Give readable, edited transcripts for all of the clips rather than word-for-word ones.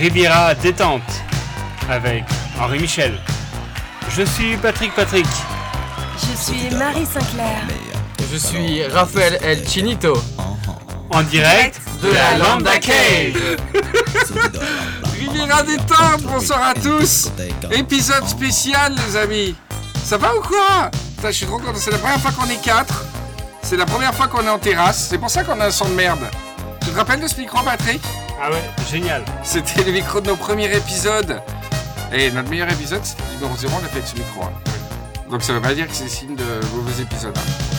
Riviera détente avec Henri Michel. Je suis Patrick. Je suis Marie Sinclair. Je suis Raphaël El Chinito. En direct de la Lambda Cave. Riviera détente, bonsoir à tous. Épisode spécial les amis. Ça va ou quoi? Putain, je suis trop content, c'est la première fois qu'on est 4. C'est la première fois qu'on est en terrasse, c'est pour ça qu'on a un son de merde. Tu te rappelles de ce micro, Patrick? Ah ouais, génial. C'était le micro de nos premiers épisodes. Et notre meilleur épisode, c'était le numéro 0, on l'a fait avec ce micro. Donc ça veut pas dire que c'est le signe de mauvais épisodes.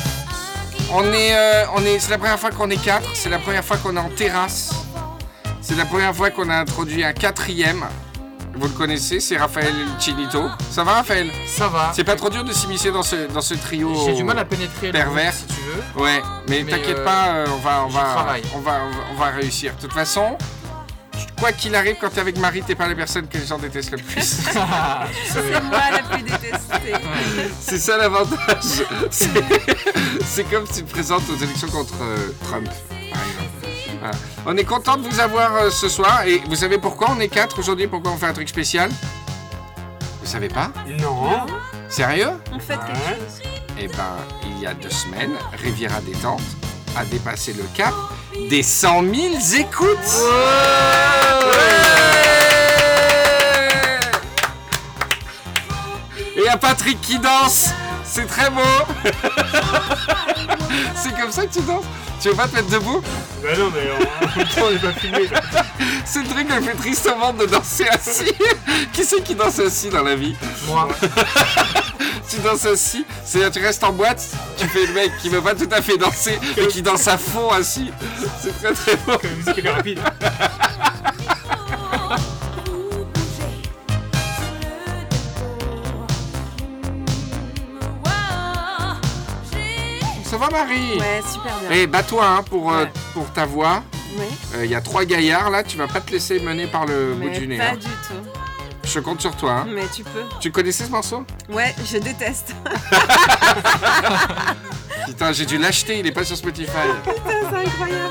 C'est la première fois qu'on est 4, c'est la première fois qu'on est en terrasse. C'est la première fois qu'on a introduit un 4e. Vous le connaissez, c'est Raphaël Chinito. Ça va, Raphaël? Ça va. C'est pas trop dur de s'immiscer dans ce trio. J'ai du mal à pénétrer pervers, si tu veux. Ouais, mais t'inquiète pas, on va réussir. De toute façon, quoi qu'il arrive, quand t'es avec Marie, t'es pas la personne que les gens détestent le plus. C'est moi la plus détestée. C'est ça l'avantage. C'est comme si tu te présentes aux élections contre Trump, par exemple. Voilà. On est content de vous avoir ce soir. Et vous savez pourquoi on est 4 aujourd'hui? Pourquoi on fait un truc spécial? Vous savez pas? Non. Sérieux? On fait quelque chose. Eh ben, il y a 2 semaines, Riviera détente a dépassé le cap des 100 000 écoutes. Et il y a Patrick qui danse. C'est très beau. C'est comme ça que tu danses? Tu veux pas te mettre debout? Bah non, mais on n'est pas filmé. C'est le truc le plus triste au monde de danser assis. Qui c'est qui danse assis dans la vie? Moi. Tu danses assis, c'est-à-dire tu restes en boîte, tu fais le mec qui veut pas tout à fait danser, mais qui danse à fond assis. C'est très très beau. La musique est rapide. Ça va Marie? Ouais, super bien. Eh, bats-toi pour ta voix. Ouais. Il y a 3 gaillards là, tu vas pas te laisser mener par le bout du nez. Pas Hein. du tout. Je compte sur toi. Hein. Mais tu peux. Tu connaissais ce morceau? Ouais, je déteste. Putain, j'ai dû l'acheter, il est pas sur Spotify. Putain, c'est incroyable.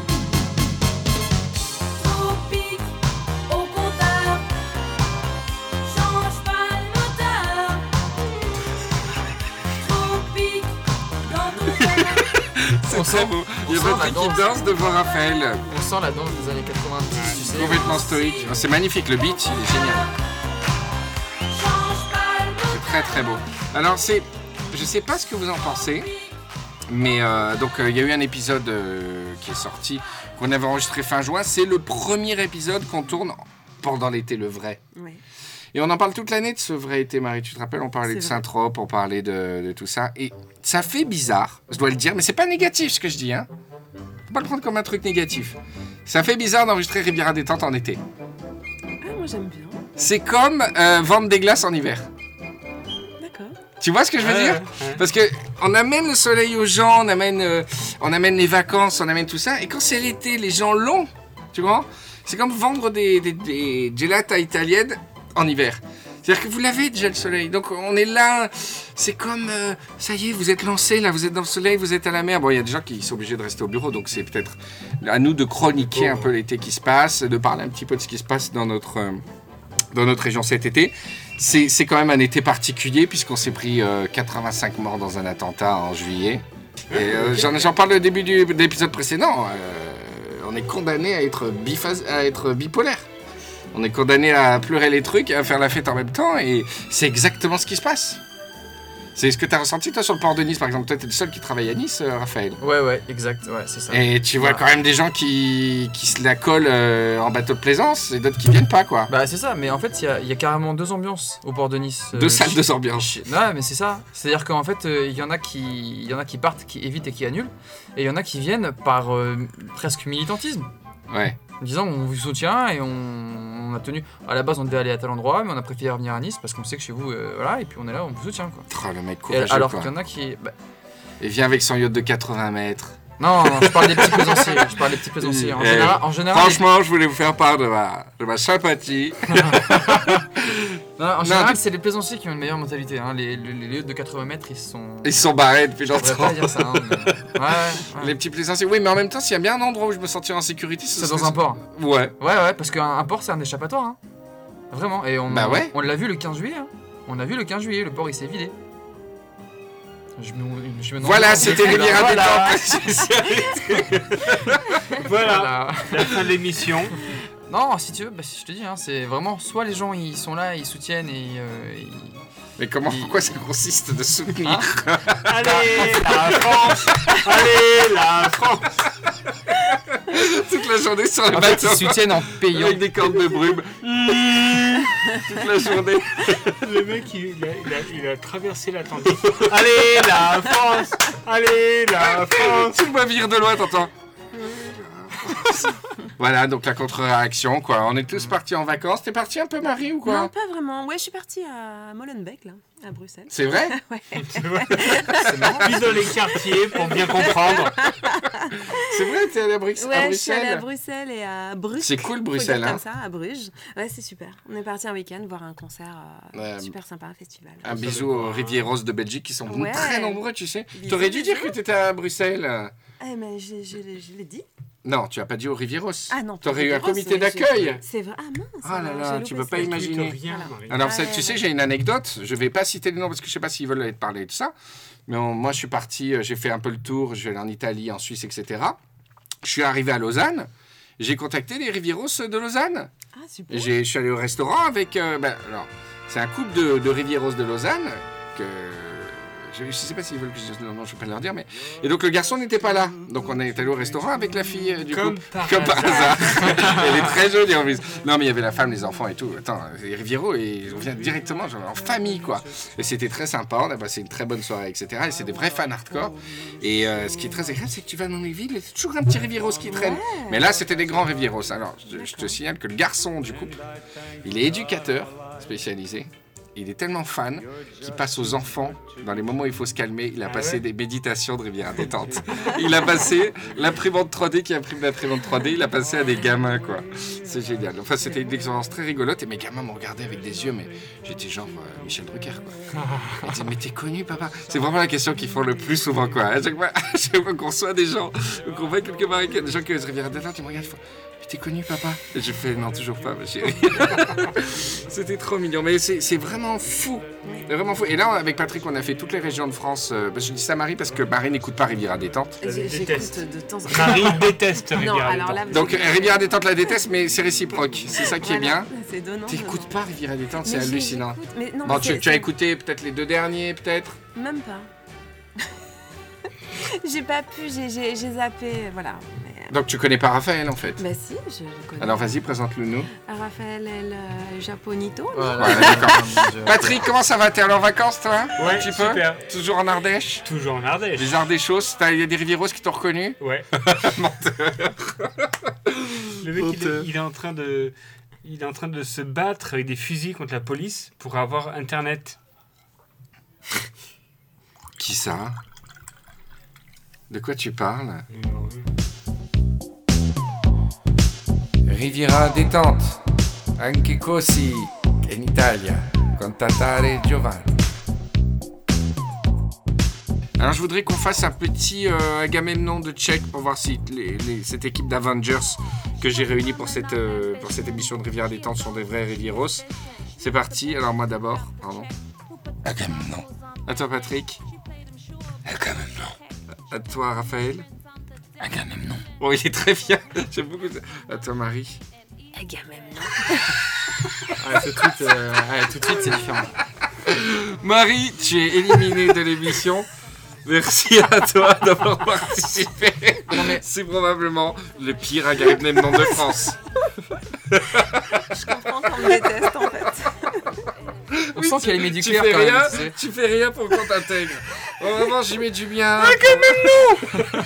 C'est très beau. Il y a Patrick qui danse devant Raphaël. On sent la danse des années 90, tu sais. Complètement stoïque. C'est magnifique, le beat, il est génial. C'est très très beau. Alors je sais pas ce que vous en pensez, mais il y a eu un épisode qui est sorti, qu'on avait enregistré fin juin. C'est le premier épisode qu'on tourne pendant l'été, le vrai. Ouais. Et on en parle toute l'année de ce vrai été, Marie. Tu te rappelles, on parlait de Saint-Trope, on parlait de tout ça. Et ça fait bizarre, je dois le dire, mais c'est pas négatif ce que je dis. Hein. Faut pas le prendre comme un truc négatif. Ça fait bizarre d'enregistrer Riviera détente en été. Ah, moi j'aime bien. C'est comme vendre des glaces en hiver. D'accord. Tu vois ce que je veux dire? Ouais. Parce que on amène le soleil aux gens, on amène les vacances, on amène tout ça. Et quand c'est l'été, les gens l'ont. Tu vois? C'est comme vendre des gelatas italiennes en hiver. C'est-à-dire que vous l'avez déjà le soleil. Donc on est là, c'est comme, ça y est, vous êtes lancés, là, vous êtes dans le soleil, vous êtes à la mer. Bon, il y a des gens qui sont obligés de rester au bureau, donc c'est peut-être à nous de chroniquer un peu l'été qui se passe, de parler un petit peu de ce qui se passe dans notre région cet été. C'est quand même un été particulier, puisqu'on s'est pris 85 morts dans un attentat en juillet. Et j'en parle au début de l'épisode précédent. On est condamné à être bipolaire. On est condamné à pleurer les trucs et à faire la fête en même temps, et c'est exactement ce qui se passe. C'est ce que tu as ressenti toi sur le port de Nice par exemple. Toi tu es le seul qui travaille à Nice, Raphaël. Ouais, exact, ouais, c'est ça. Et tu vois quand même des gens qui se la collent en bateau de plaisance et d'autres qui viennent pas quoi. Bah c'est ça, mais en fait il y a carrément 2 ambiances au port de Nice. 2 salles, 2 ambiances. Ouais, mais c'est ça. C'est-à-dire qu'en fait il y en a qui partent, qui évitent et qui annulent, et il y en a qui viennent par presque militantisme. Ouais. En disant on vous soutient et on a tenu. À la base on devait aller à tel endroit, mais on a préféré venir à Nice parce qu'on sait que chez vous, voilà, et puis on est là, on vous soutient quoi. Oh, le mec courageux alors quoi. qu'il y en a qui. Et vient avec son yacht de 80 mètres. Non, je parle des petits plaisanciers. En général. Franchement, je voulais vous faire part de ma sympathie. Non, en général, c'est les plaisanciers qui ont une meilleure mentalité. Hein. Les yachts de 80 mètres, ils se sont barrés depuis Je longtemps. devrais pas dire ça. Hein, mais... ouais. Les petits plaisanciers. Oui, mais en même temps, s'il y a bien un endroit où je me sentirais en sécurité, C'est dans un port. Ouais. Ouais, parce qu'un port, c'est un échappatoire. Hein. Vraiment. Et on l'a vu le 15 juillet. Hein. On a vu le 15 juillet, le port il s'est vidé. Voilà, c'était Riviera Détente. Voilà, la fin de l'émission. Non, si tu veux, bah, si je te dis, hein, c'est vraiment soit les gens ils sont là, ils soutiennent et Mais pourquoi ça consiste de soutenir Allez, la France. Allez, la France. Toute la journée sur les en fait, bateaux. ils soutiennent en payant. Avec des cordes de brume. Toute la journée. Le mec, il a traversé l'Atlantique. Allez, la France. Allez, la France. Tu le vois venir de loin, t'entends. Voilà, donc la contre-réaction, quoi. On est tous partis en vacances. T'es parti un peu, Marie, ou quoi? Non, pas vraiment. Ouais, je suis partie à Molenbeek, là, à Bruxelles. C'est vrai? Ouais. C'est marrant. Plus dans les quartiers pour bien comprendre. C'est vrai, t'es allé à Bruxelles? Ouais, je suis allée à Bruxelles et à Bruges. C'est cool, Bruxelles, hein. Comme ça, à Bruges. Ouais, c'est super. On est parti un week-end voir un concert super sympa, un festival. Un bisou aux Rivieros de Belgique qui sont très nombreux, tu sais. Bisous, T'aurais dû dire que t'étais à Bruxelles. Eh, mais je l'ai dit. Non, tu as pas dit aux Rivieros. Ah non. T'aurais eu un Rivieros, comité mais d'accueil. C'est vrai. Ah mince. Ah là là, tu peux pas imaginer. Rien, Voilà. Marie. Alors, Ah, tu sais, j'ai une anecdote. Je vais pas citer les noms parce que je sais pas s'ils veulent te parler de ça. Mais moi, je suis parti, j'ai fait un peu le tour. Je vais aller en Italie, en Suisse, etc. Je suis arrivé à Lausanne. J'ai contacté les Rivieros de Lausanne. Ah, super. Je suis allé au restaurant avec. Alors, c'est un couple de Rivieros de Lausanne que. Je ne sais pas s'ils veulent que je dise le nom, je ne vais pas leur dire, mais... Et donc le garçon n'était pas là. Donc on est allé au restaurant avec la fille du couple. Comme par hasard. Elle est très jolie en plus. Non mais il y avait la femme, les enfants et tout. Attends, les Rivieros, on vient directement genre, en famille quoi. Et c'était très sympa, on a passé une très bonne soirée, etc. Et c'est des vrais fans hardcore. Et ce qui est très agréable, c'est que tu vas dans les villes, il y a toujours un petit Rivieros qui traîne. Mais là c'était des grands Rivieros. Alors je te signale que le garçon du couple, il est éducateur spécialisé. Il est tellement fan qu'il passe aux enfants, dans les moments où il faut se calmer, il a passé des méditations de Riviera Détente. Il a passé l'imprimante 3D qui imprime l'imprimante 3D, il a passé à des gamins, quoi. C'est génial. Enfin, c'était une expérience très rigolote et mes gamins m'ont regardé avec des yeux, mais j'étais genre Michel Drucker, quoi. Ils disaient, mais t'es connu, papa? C'est vraiment la question qu'ils font le plus souvent, quoi. À chaque fois qu'on reçoit des gens, qu'on voit quelque part avec des gens qui ont Riviera Détente, ils me regardent, ils font, t'es connu, papa? Et je fais, non, toujours pas, ma chérie. C'était trop mignon, mais c'est vraiment fou. Vraiment fou. Et là, avec Patrick, on a fait toutes les régions de France. Je dis ça à Marie parce que Marie n'écoute pas Riviera Détente. J'écoute de temps en temps. Marie déteste Non, Riviera alors Détente. là, Donc Riviera Détente la déteste, mais c'est réciproque. C'est ça qui est bien. C'est donnant. T'écoutes pas Riviera Détente, c'est Mais hallucinant. j'écoute, mais non, Bon, mais tu as écouté peut-être les 2 derniers, peut-être? Même pas. J'ai pas pu, j'ai zappé, voilà. Mais, Donc tu connais pas Raphaël en fait. bah si, je le connais. Alors vas-y, présente-le-nous. Raphaël El Japonito. Voilà, Ouais, d'accord. Patrick, comment ça va? T'es allé en vacances toi? Ouais, Un petit peu? super. Toujours en Ardèche? Toujours en Ardèche. Les Ardéchos, il y a des Rivieros qui t'ont reconnu? Ouais. Le mec, il est en train de... Il est en train de se battre avec des fusils contre la police pour avoir Internet. Qui ça? De quoi tu parles? Riviera Détente, anche così, in Italia, contattare Giovanni. Alors je voudrais qu'on fasse un petit Agamemnon de check pour voir si cette équipe d'Avengers que j'ai réunie pour cette émission de Riviera Détente sont des vrais Rivieros. C'est parti, alors moi d'abord, pardon. Agamemnon. À toi Patrick. Agamemnon. À toi Raphaël. Agamemnon. Oh il est très bien, j'aime beaucoup ça. À toi Marie. Agamemnon. Tout de suite, c'est différent. Marie, tu es éliminée de l'émission. Merci à toi d'avoir participé. Non, mais... C'est probablement le pire Agamemnon de France. Je comprends qu'on me déteste en fait. On sent qu'il y a les médicaments Tu fais quand rien, même, tu sais. tu fais rien pour qu'on t'intègre. Oh, vraiment, j'y mets du bien. Agamemnon.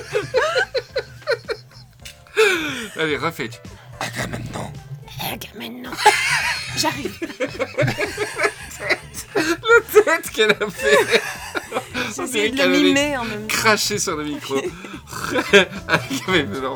Allez, refais. Agamemnon. Agamemnon. J'arrive. La tête qu'elle a fait. J'ai essayé de le mimer en même temps. Cracher sur le micro. Agamemnon.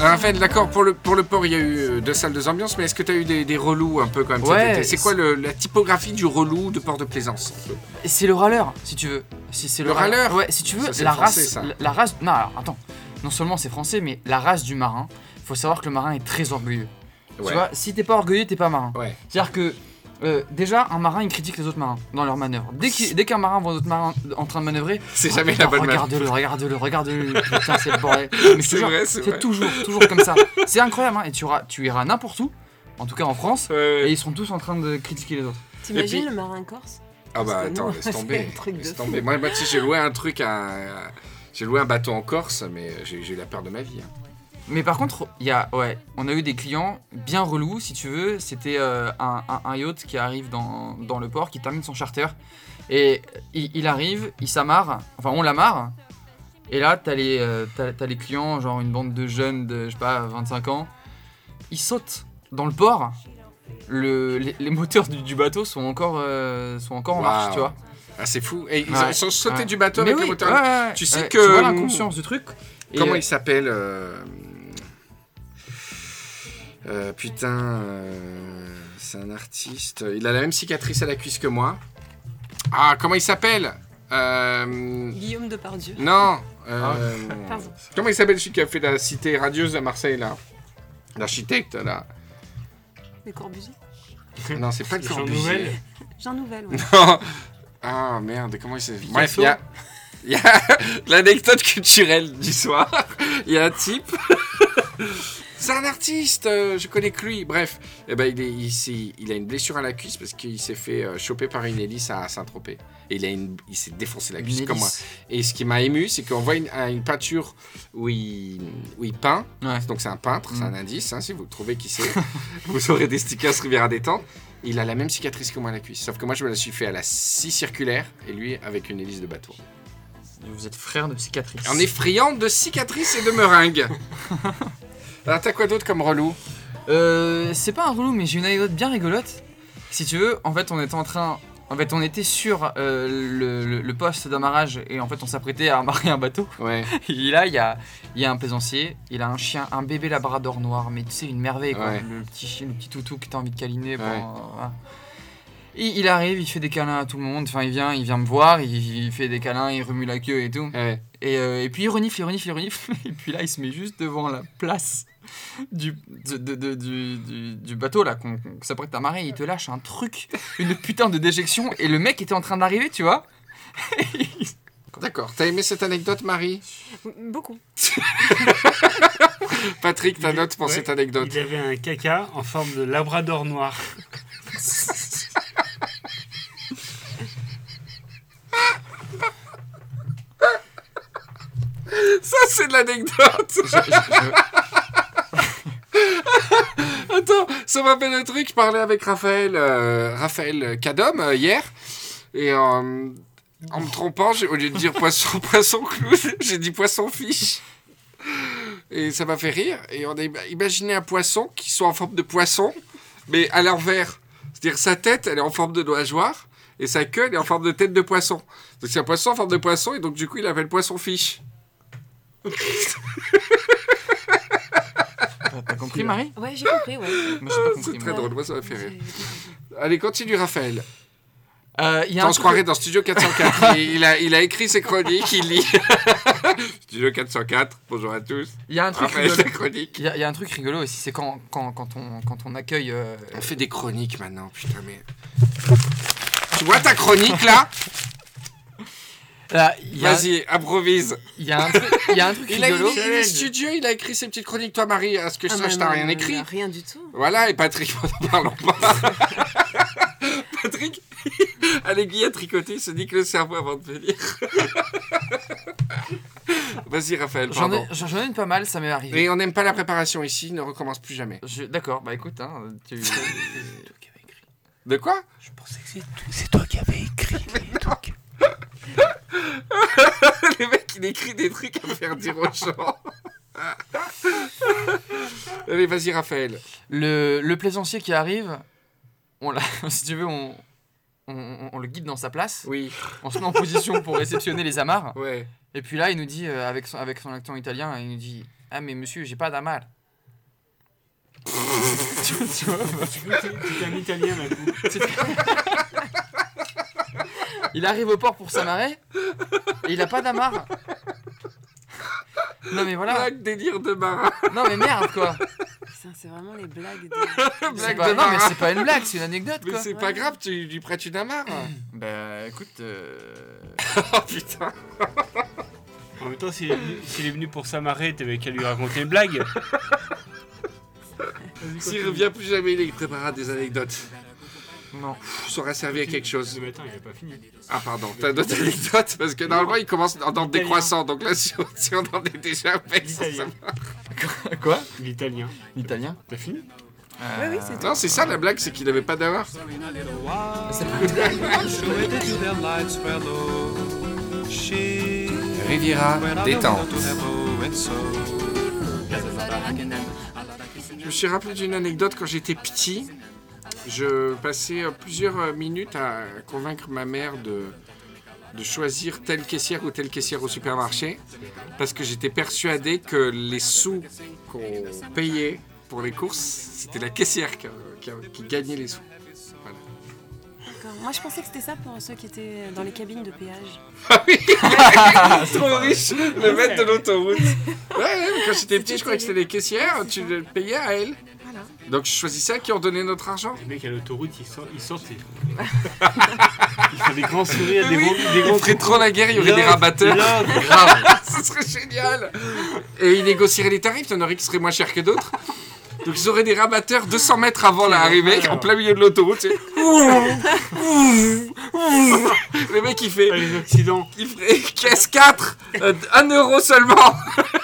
Raphaël, d'accord, pour le port, il y a eu 2 salles, 2 ambiances, mais est-ce que tu as eu des relous un peu quand même cet été ? C'est quoi la typographie du relou de port de plaisance ? C'est le râleur, si tu veux. Si c'est le râleur ? Ouais, si tu veux, ça, la français, race. ça. La race. Non, alors, attends. Non seulement c'est français, mais la race du marin, faut savoir que le marin est très orgueilleux. Ouais. Tu vois, si t'es pas orgueilleux, t'es pas marin. Ouais. C'est-à-dire que. Déjà, un marin il critique les autres marins dans leurs manœuvres. Dès qu'un marin voit un autre marin en train de manœuvrer, c'est jamais la bonne manœuvre. Regarde-le, putain, c'est le bordel. Mais c'est vrai. C'est toujours comme ça. C'est incroyable, hein. Et tu iras n'importe où, en tout cas en France, et ils sont tous en train de critiquer les autres. T'imagines le marin corse ? Ah bah attends, laisse tomber. Moi, tu sais, j'ai loué un bateau en Corse, mais j'ai eu la peur de ma vie. Hein. Mais par contre, on a eu des clients bien relous, si tu veux. C'était un yacht qui arrive dans le port, qui termine son charter. Et il arrive, il s'amarre, enfin on l'amarre. Et là, t'as les clients, genre une bande de jeunes de, je sais pas, 25 ans. Ils sautent dans le port. Les moteurs du bateau sont encore en marche, tu vois. Ah, c'est fou. Et ils sont sautés du bateau avec les moteurs. Ouais, tu sais que... Tu vois l'inconscience du truc. Comment il s'appelle c'est un artiste. Il a la même cicatrice à la cuisse que moi. Ah, comment il s'appelle Guillaume Depardieu. Non. Pardon. Comment il s'appelle celui qui a fait la cité radieuse à Marseille, là ? L'architecte, là. Le Corbusier. Non, c'est pas le Jean Corbusier. Nouvel. Jean Nouvel, ouais. Non. Ah, merde, comment il s'appelle ? Bref, il y a l'anecdote culturelle du soir. Il y a un type... C'est un artiste, je connais que lui. Bref, eh ben, il a une blessure à la cuisse parce qu'il s'est fait choper par une hélice à Saint-Tropez. Et il s'est défoncé la cuisse comme moi. Et ce qui m'a ému, c'est qu'on voit une peinture où il peint. Ouais. Donc c'est un peintre, c'est un indice. Hein, si vous trouvez qui c'est, vous aurez des stickers Riviera Détente. Il a la même cicatrice que moi à la cuisse. Sauf que moi, je me la suis fait à la scie circulaire et lui avec une hélice de bateau. Vous êtes frères de cicatrices. On est friands de cicatrices et de meringues. Alors t'as quoi d'autre comme relou ? C'est pas un relou, mais j'ai une anecdote bien rigolote. Si tu veux, en fait, on était sur le poste d'amarrage et en fait, on s'apprêtait à amarrer un bateau. Ouais. Et là, il y a un plaisancier, il a un chien, un bébé labrador noir, mais tu sais, une merveille, quoi. Ouais. Le petit chien, le petit toutou que t'as envie de câliner. Ouais. Voilà. Et il arrive, il fait des câlins à tout le monde. Enfin, il vient me voir, il fait des câlins, il remue la queue et tout. Ouais. Et puis il renifle. Et puis là, il se met juste devant la place du bateau là qu'on s'apprête à amarrer. Il te lâche un truc, une putain de déjection. Et le mec était en train d'arriver, tu vois. D'accord. T'as aimé cette anecdote, Marie ? Beaucoup. Patrick, ta note pour cette anecdote ? Il avait un caca en forme de labrador noir. Ça, c'est de l'anecdote. Attends, ça m'appelle un truc. Je parlais avec Raphaël Cadom hier. Et en me trompant, au lieu de dire poisson clown, j'ai dit poisson fiche. Et ça m'a fait rire. Et on a imaginé un poisson qui soit en forme de poisson, mais à l'envers. C'est-à-dire sa tête, elle est en forme de nageoire. Et sa queue, elle est en forme de tête de poisson. Donc c'est un poisson en forme de poisson. Et donc du coup, il l'appelle poisson fiche. T'as compris, Marie ? Ouais, j'ai compris, ouais. Moi, j'ai pas compris. C'est très drôle, moi ça m'a fait rire. Allez, continue, Raphaël. On se croirait dans Studio 404. il a écrit ses chroniques, il lit. Studio 404, bonjour à tous. Il y a un truc Raphaël, rigolo. ses chroniques. Il y a un truc rigolo aussi, c'est quand on accueille. On fait des chroniques maintenant, putain, mais. Tu vois ta chronique là ? Là, Vas-y, improvise. Il y a un truc rigolo. Il est studieux, il a écrit ses petites chroniques. Toi, Marie, à ce que je sache, t'as rien écrit ? Rien du tout. Voilà, et Patrick, n'en parlons pas. Patrick, à l'aiguille à tricoter, il se dit que le cerveau avant de venir. Vas-y, Raphaël, pardon. J'en ai une pas mal, ça m'est arrivé. Et on n'aime pas la préparation ici, ne recommence plus jamais. D'accord, bah écoute, hein, tu... De quoi ? Je pensais que c'est toi qui avais écrit. Le mec, il écrit des trucs à faire dire aux gens. Allez, vas-y, Raphaël. Le plaisancier qui arrive, si tu veux, on le guide dans sa place. Oui. On se met en position pour réceptionner les amarres. Ouais. Et puis là, il nous dit, avec son accent italien, il nous dit « Ah mais monsieur, j'ai pas d'amarre. » Tu vois, T'es un Italien d'un coup. il arrive au port pour s'amarrer et il a pas d'amarre. Non mais voilà. Blague délire de marin. Non mais merde quoi. Putain, c'est vraiment les blagues. Blague Pas- de non mais marin. c'est pas une blague, c'est une anecdote Mais quoi. c'est pas grave, tu lui prêtes une amarre. Bah écoute, Oh putain. En même temps, s'il est venu pour s'amarrer, t'avais qu'à lui raconter une blague. S'il revient plus jamais, il préparera des anecdotes. non. Ça aura servi à quelque chose. Mais attends, il a pas fini. Ah pardon, t'as d'autres anecdotes? Parce que normalement il commence dans le décroissant, donc là si on en est déjà fait, ça L'italien. va. Quoi? L'italien. L'italien? T'as fini? Oui, oui, c'est tout. Non, c'est ça la blague, c'est qu'il avait pas d'avoir. C'est pas une blague. Riviera détente. Je me suis rappelé d'une anecdote quand j'étais petit. Je passais plusieurs minutes à convaincre ma mère de choisir telle caissière ou telle caissière au supermarché parce que j'étais persuadé que les sous qu'on payait pour les courses, c'était la caissière qui gagnait les sous. Voilà. D'accord. Moi, je pensais que c'était ça pour ceux qui étaient dans les cabines de péage. Ah oui. Trop riche, le maître de l'autoroute. Ouais, mais quand j'étais petit, je croyais que c'était les caissières, tu le payais à elles. Voilà. Donc je choisissais qui ont donné notre argent. Les mecs à l'autoroute, ils sortent et... Ils font des grands sourires, des On grands ferait trop la guerre, il y aurait des rabatteurs. Grave. Ce serait génial. Et ils négocieraient les tarifs, il y en aurait qui seraient moins chers que d'autres. Donc ils auraient des rabatteurs 200 mètres avant l'arrivée, en plein milieu de l'autoroute. Tu sais. Le mec il fait... Ah, les accidents. Il ferait caisse 4, 1 euro seulement.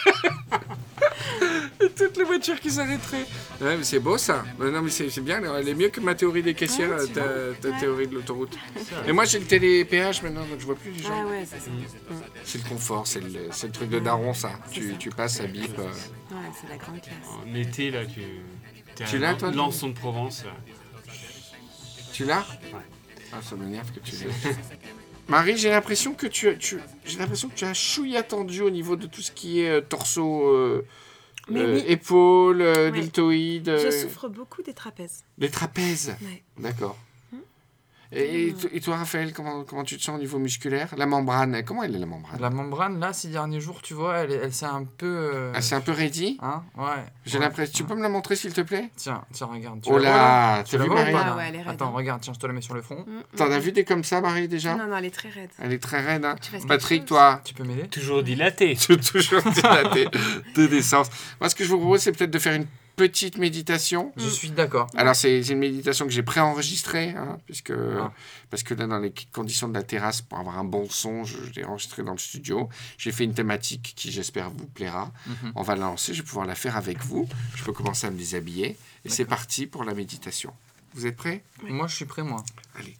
Et toutes les voitures qui s'arrêteraient. Ouais, mais c'est beau ça. Non, mais c'est bien. Elle est mieux que ma théorie des caissières, Ouais, tu ta vois. théorie de l'autoroute. Et moi j'ai le télépéage maintenant, donc je vois plus les gens. Ah ouais, c'est ça. C'est le confort, c'est le truc de daron ça. Tu passes, ça bip. Ouais, c'est la grande classe. En été, là, Tu l'as, toi, Lançon de Provence, là. Tu l'as? Ouais. Ah, ça m'énerve que tu l'aies. Marie, j'ai l'impression que tu as chouïa tendu au niveau de tout ce qui est torso, Mais oui. épaules, Ouais. deltoïdes. Je souffre beaucoup des trapèzes. Les trapèzes. Ouais. D'accord. Et toi, Raphaël, comment tu te sens au niveau musculaire? La membrane, comment elle est la membrane? La membrane, là, ces derniers jours, tu vois, elle s'est un peu... Ah, c'est un peu raidi? Hein? Ouais. J'ai Ouais. l'impression. Tu peux me la montrer s'il te plaît? Tiens, regarde. Tu Oh la vois, là là, Tu t'as la vu vois ou Marie? pas, Ah là ouais, elle est raide, Attends, hein. regarde, tiens, je te la mets sur le front. T'en as vu des comme ça, Marie, déjà? Non, elle est très raide. Elle est très raide, hein. Tu fasses quelque Patrick, chose. toi? Tu peux m'aider? Toujours dilaté. Toujours dilaté de naissance. Moi, ce que je vous propose, c'est peut-être de faire une petite méditation. Je suis d'accord. Alors, c'est une méditation que j'ai préenregistrée, hein, Ah. parce que là, dans les conditions de la terrasse, pour avoir un bon son, je l'ai enregistré dans le studio. J'ai fait une thématique qui, j'espère, vous plaira. Mhm. On va la lancer, je vais pouvoir la faire avec vous. Je peux commencer à me déshabiller. Et c'est parti pour la méditation. Vous êtes prêts? Moi, je suis prêt, moi. Allez.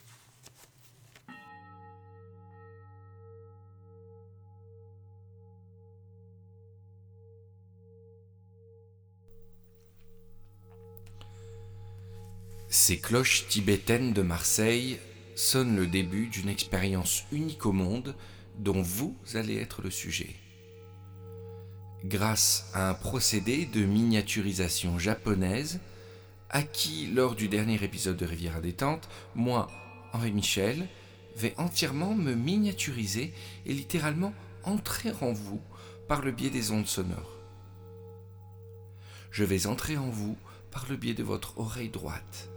Ces cloches tibétaines de Marseille sonnent le début d'une expérience unique au monde dont vous allez être le sujet. Grâce à un procédé de miniaturisation japonaise acquis lors du dernier épisode de Riviera Détente, moi, Henri Michel, vais entièrement me miniaturiser et littéralement entrer en vous par le biais des ondes sonores. Je vais entrer en vous par le biais de votre oreille droite.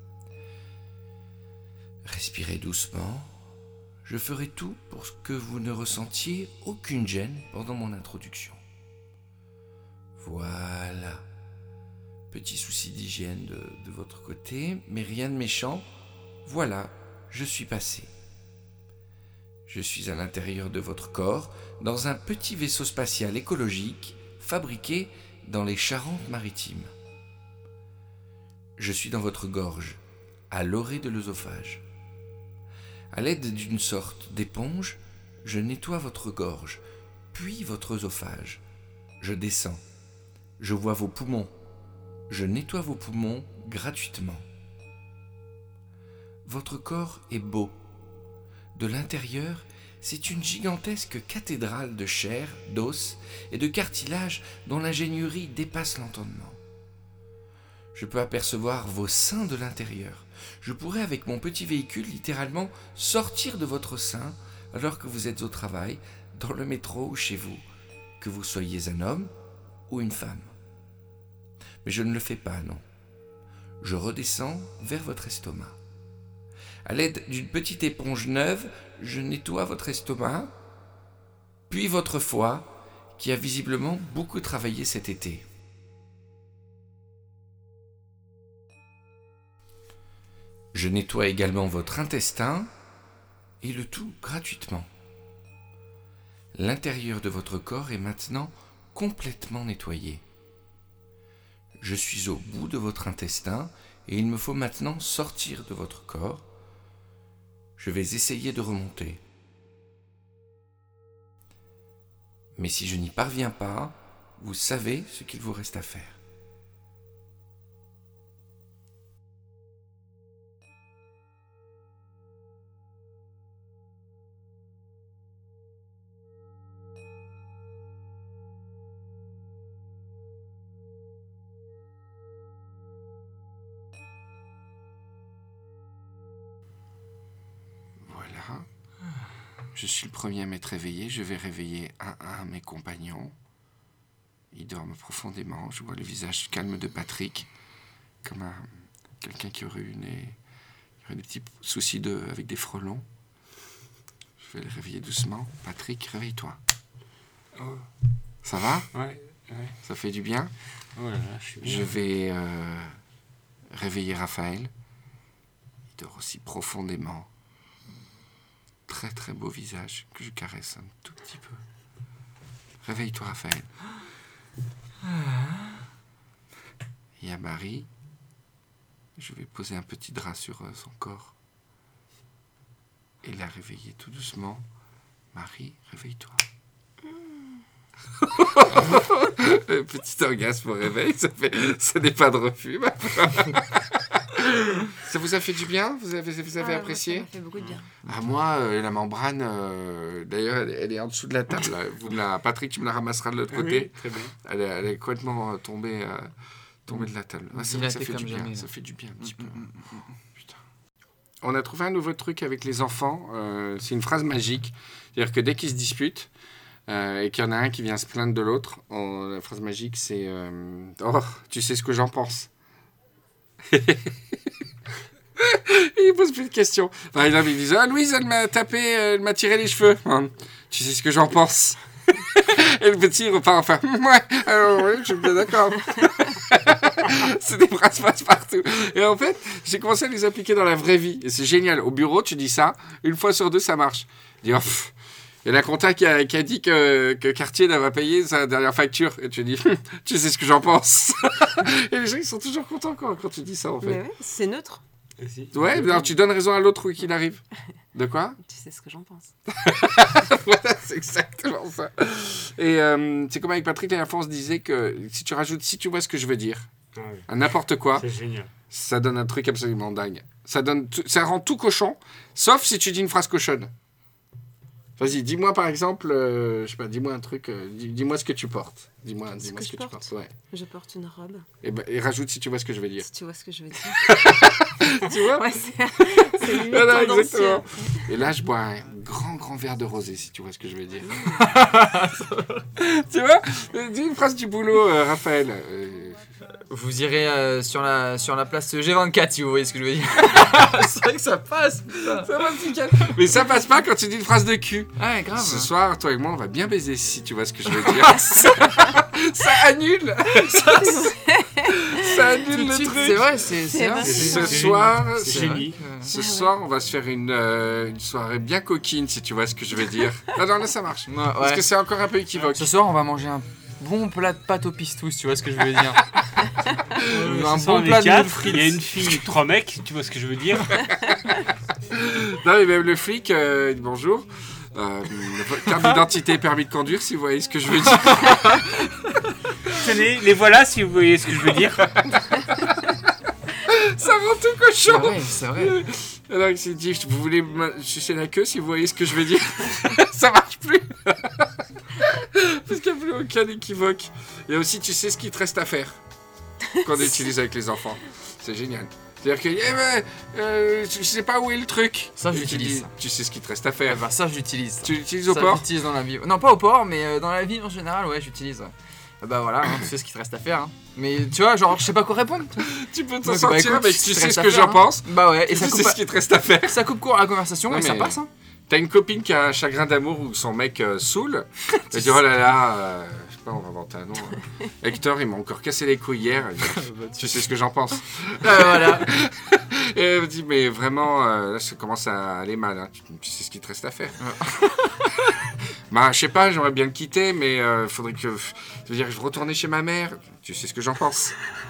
Respirez doucement. Je ferai tout pour que vous ne ressentiez aucune gêne pendant mon introduction. Voilà. Petit souci d'hygiène de votre côté, mais rien de méchant. Voilà, je suis passé. Je suis à l'intérieur de votre corps, dans un petit vaisseau spatial écologique fabriqué dans les Charentes-Maritimes. Je suis dans votre gorge, à l'orée de l'œsophage. À l'aide d'une sorte d'éponge, je nettoie votre gorge, puis votre œsophage. Je descends. Je vois vos poumons. Je nettoie vos poumons gratuitement. votre corps est beau. De l'intérieur, c'est une gigantesque cathédrale de chair, d'os et de cartilage dont l'ingénierie dépasse l'entendement. Je peux apercevoir vos seins de l'intérieur. Je pourrais, avec mon petit véhicule, littéralement sortir de votre sein alors que vous êtes au travail, dans le métro ou chez vous, que vous soyez un homme ou une femme. Mais je ne le fais pas, non. Je redescends vers votre estomac. À l'aide d'une petite éponge neuve, je nettoie votre estomac, puis votre foie, qui a visiblement beaucoup travaillé cet été. Je nettoie également votre intestin, et le tout gratuitement. L'intérieur de votre corps est maintenant complètement nettoyé. Je suis au bout de votre intestin, et il me faut maintenant sortir de votre corps. Je vais essayer de remonter. Mais si je n'y parviens pas, vous savez ce qu'il vous reste à faire. Voilà. Je suis le premier à m'être réveillé. Je vais réveiller un à un mes compagnons. Ils dorment profondément. Je vois le visage calme de Patrick, comme quelqu'un qui aurait eu des petits soucis avec des frelons. Je vais le réveiller doucement. Patrick, réveille-toi. Oh. Ça va ? Ouais. Ça fait du bien ? Oh là là, je suis bien. Je vais réveiller Raphaël. Il dort aussi profondément. Très très beau visage que je caresse un tout petit peu. Réveille-toi, Raphaël. Il y a Marie. Je vais poser un petit drap sur son corps et la réveiller tout doucement. Marie, réveille-toi. Petit orgasme au réveil, ça n'est pas de refus. Ça vous a fait du bien ? Vous avez apprécié ? Ça m'a fait beaucoup de bien. Ah, moi, la membrane, d'ailleurs, elle est en dessous de la table. Là. Patrick, tu me la ramasseras de l'autre côté. Oui, très bien. Elle est complètement tombée de la table. Ah, c'est vrai que ça fait du bien. Jamais, ça fait du bien un petit peu. Putain. On a trouvé un nouveau truc avec les enfants. C'est une phrase magique. C'est-à-dire que dès qu'ils se disputent, et qu'il y en a un qui vient se plaindre de l'autre, la phrase magique, c'est oh, tu sais ce que j'en pense. Il pose plus de questions. Par exemple, il dit Louise, elle m'a tapé, elle m'a tiré les cheveux. Tu sais ce que j'en pense. Et le petit repart enfin ouais, alors oui, je suis bien d'accord. C'est des phrases passe-partout. Et en fait, j'ai commencé à les appliquer dans la vraie vie. Et c'est génial. Au bureau, tu dis ça, une fois sur deux, ça marche. Je dis, il y a la compta qui a dit que Cartier n'avait pas payé sa dernière facture. Et tu dis, tu sais ce que j'en pense. Et les gens, ils sont toujours contents quand tu dis ça, en fait. Mais ouais, c'est neutre. Ouais, alors tu donnes raison à l'autre quoi qu'il arrive. De quoi ? Tu sais ce que j'en pense. Voilà, c'est exactement ça. Et c'est comme avec Patrick, la dernière fois, on se disait que si tu rajoutes, si tu vois ce que je veux dire, Ah oui. à n'importe quoi, C'est génial. ça donne un truc absolument dingue. Ça rend tout cochon, sauf si tu dis une phrase cochonne. Vas-y, dis-moi par exemple, je sais pas, dis-moi un truc, dis-moi ce que tu portes. Dis-moi ce que tu portes. Ouais. Je porte une robe. Et rajoute si tu vois ce que je veux dire. Si tu vois ce que je veux dire. Tu vois ? Ouais, c'est limite Voilà, tendancieux. exactement. Et là, je bois un grand verre de rosé, si tu vois ce que je veux dire. Tu vois ? Dis une phrase du boulot, Raphaël. Vous irez sur la place G24 si vous voyez ce que je veux dire. C'est vrai que ça passe, putain. Ça va, nickel. Mais ça passe pas quand tu dis une phrase de cul. Ouais, grave. Ce soir, toi et moi, on va bien baiser, si tu vois ce que je veux dire. Ça annule. Ça annule le truc. C'est vrai, c'est vrai. Ce soir, C'est génie. ce soir, on va se faire une soirée bien coquine, si tu vois ce que je veux dire. Non, là, ça marche. Ouais, Parce que c'est encore un peu équivoque. Ce soir, on va manger un bon plat de pâte au pistou, tu vois ce que je veux dire. Un Ce bon soir, on est plat de 4, moules frites. il y a une fille, 3 mecs, tu vois ce que je veux dire. Non, mais même le flic, dit bonjour. Carte d'identité, permis de conduire, si vous voyez ce que je veux dire. Tenez, les voilà si vous voyez ce que je veux dire. Ça rend tout cochon. C'est vrai. Alors il s'est dit, vous voulez sucer la queue si vous voyez ce que je veux dire. Ça marche plus. Parce qu'il n'y a plus aucun équivoque. Il y a aussi, tu sais ce qu'il te reste à faire qu'on utilise avec les enfants. C'est génial. C'est-à-dire que je sais pas où est le truc. Ça, j'utilise. Tu sais ce qu'il te reste à faire. Bah, ça, j'utilise. Tu l'utilises au port? J'utilise dans la vie. Non, pas au port, mais dans la vie en général, ouais, j'utilise. Bah voilà, tu sais ce qu'il te reste à faire. Hein. Mais tu vois, genre, je sais pas quoi répondre. Tu peux t'en sortir, mais tu sais ce que j'en pense. Bah ouais, et ça coupe. Tu sais ce qu'il te reste à faire. Ça coupe court à la conversation, non, et ça passe. Hein. T'as une copine qui a un chagrin d'amour où son mec saoule. Elle dit, oh là là, je sais pas, on va inventer un nom. Hector, il m'a encore cassé les couilles hier. Tu sais ce que j'en pense. Voilà. Et elle me dit, mais vraiment, là, ça commence à aller mal. Hein. Tu sais ce qu'il te reste à faire. Bah, je sais pas, j'aimerais bien le quitter, mais faudrait que. Je veux dire, je vais retourner chez ma mère. Tu sais ce que j'en pense.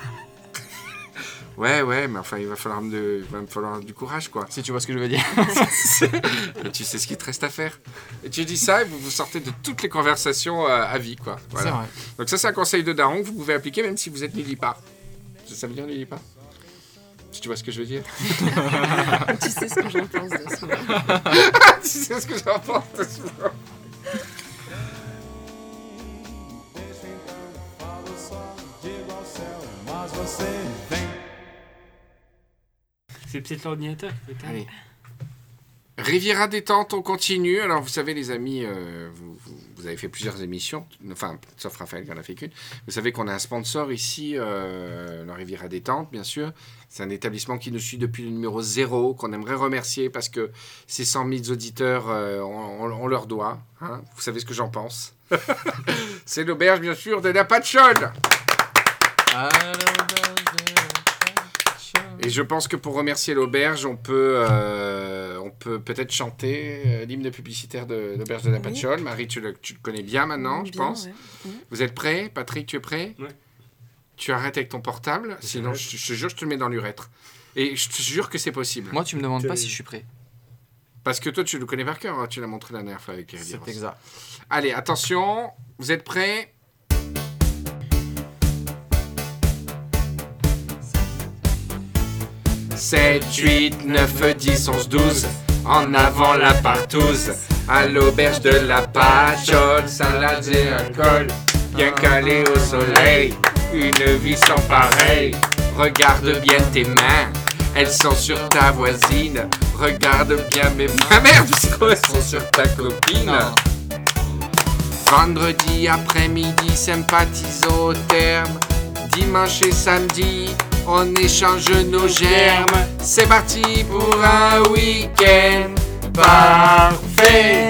Ouais, mais enfin, il va me falloir du courage, quoi. Si tu vois ce que je veux dire. Tu sais ce qu'il te reste à faire. Et tu dis ça et vous sortez de toutes les conversations à vie, quoi. Voilà. C'est vrai. Donc ça, c'est un conseil de daron que vous pouvez appliquer même si vous êtes nullipare. Ça veut dire nullipare? Si tu vois ce que je veux dire. Tu sais ce que j'en pense de souvent. Tu sais ce que j'en pense de souvent. C'est peut-être l'ordinateur. Allez. Riviera Détente, on continue. Alors, vous savez, les amis, vous avez fait plusieurs émissions, enfin, sauf Raphaël qui en a fait qu'une. Vous savez qu'on a un sponsor ici, la Riviera Détente, bien sûr. C'est un établissement qui nous suit depuis le numéro 0, qu'on aimerait remercier parce que ces 100 000 auditeurs, on leur doit. Hein. Vous savez ce que j'en pense. C'est l'auberge, bien sûr, de la Patchole. Et je pense que pour remercier l'auberge, on peut peut-être chanter l'hymne publicitaire de l'auberge de la Patchole. Marie, tu le connais bien maintenant, je pense. Ouais. Vous êtes prêts? Patrick, tu es prêt? Oui. Tu arrêtes avec ton portable, sinon je te jure, je te le mets dans l'urètre. Et je te jure que c'est possible. Moi, tu me demandes pas si je suis prêt. Parce que toi, tu le connais par cœur, hein, tu l'as montré la dernière fois avec les C'est exact. Allez, attention, vous êtes prêts? 7, 8, 9, 10, 11, 12, en avant la partouze, à l'auberge de la Patchole, salade et alcool, bien calé au soleil, une vie sans pareil, regarde bien tes mains, elles sont sur ta voisine, regarde bien mes mains, merde, elles sont sur ta copine. Non. Vendredi après-midi, sympathisons au terme, dimanche et samedi, on échange nos germes. C'est parti pour un week-end parfait.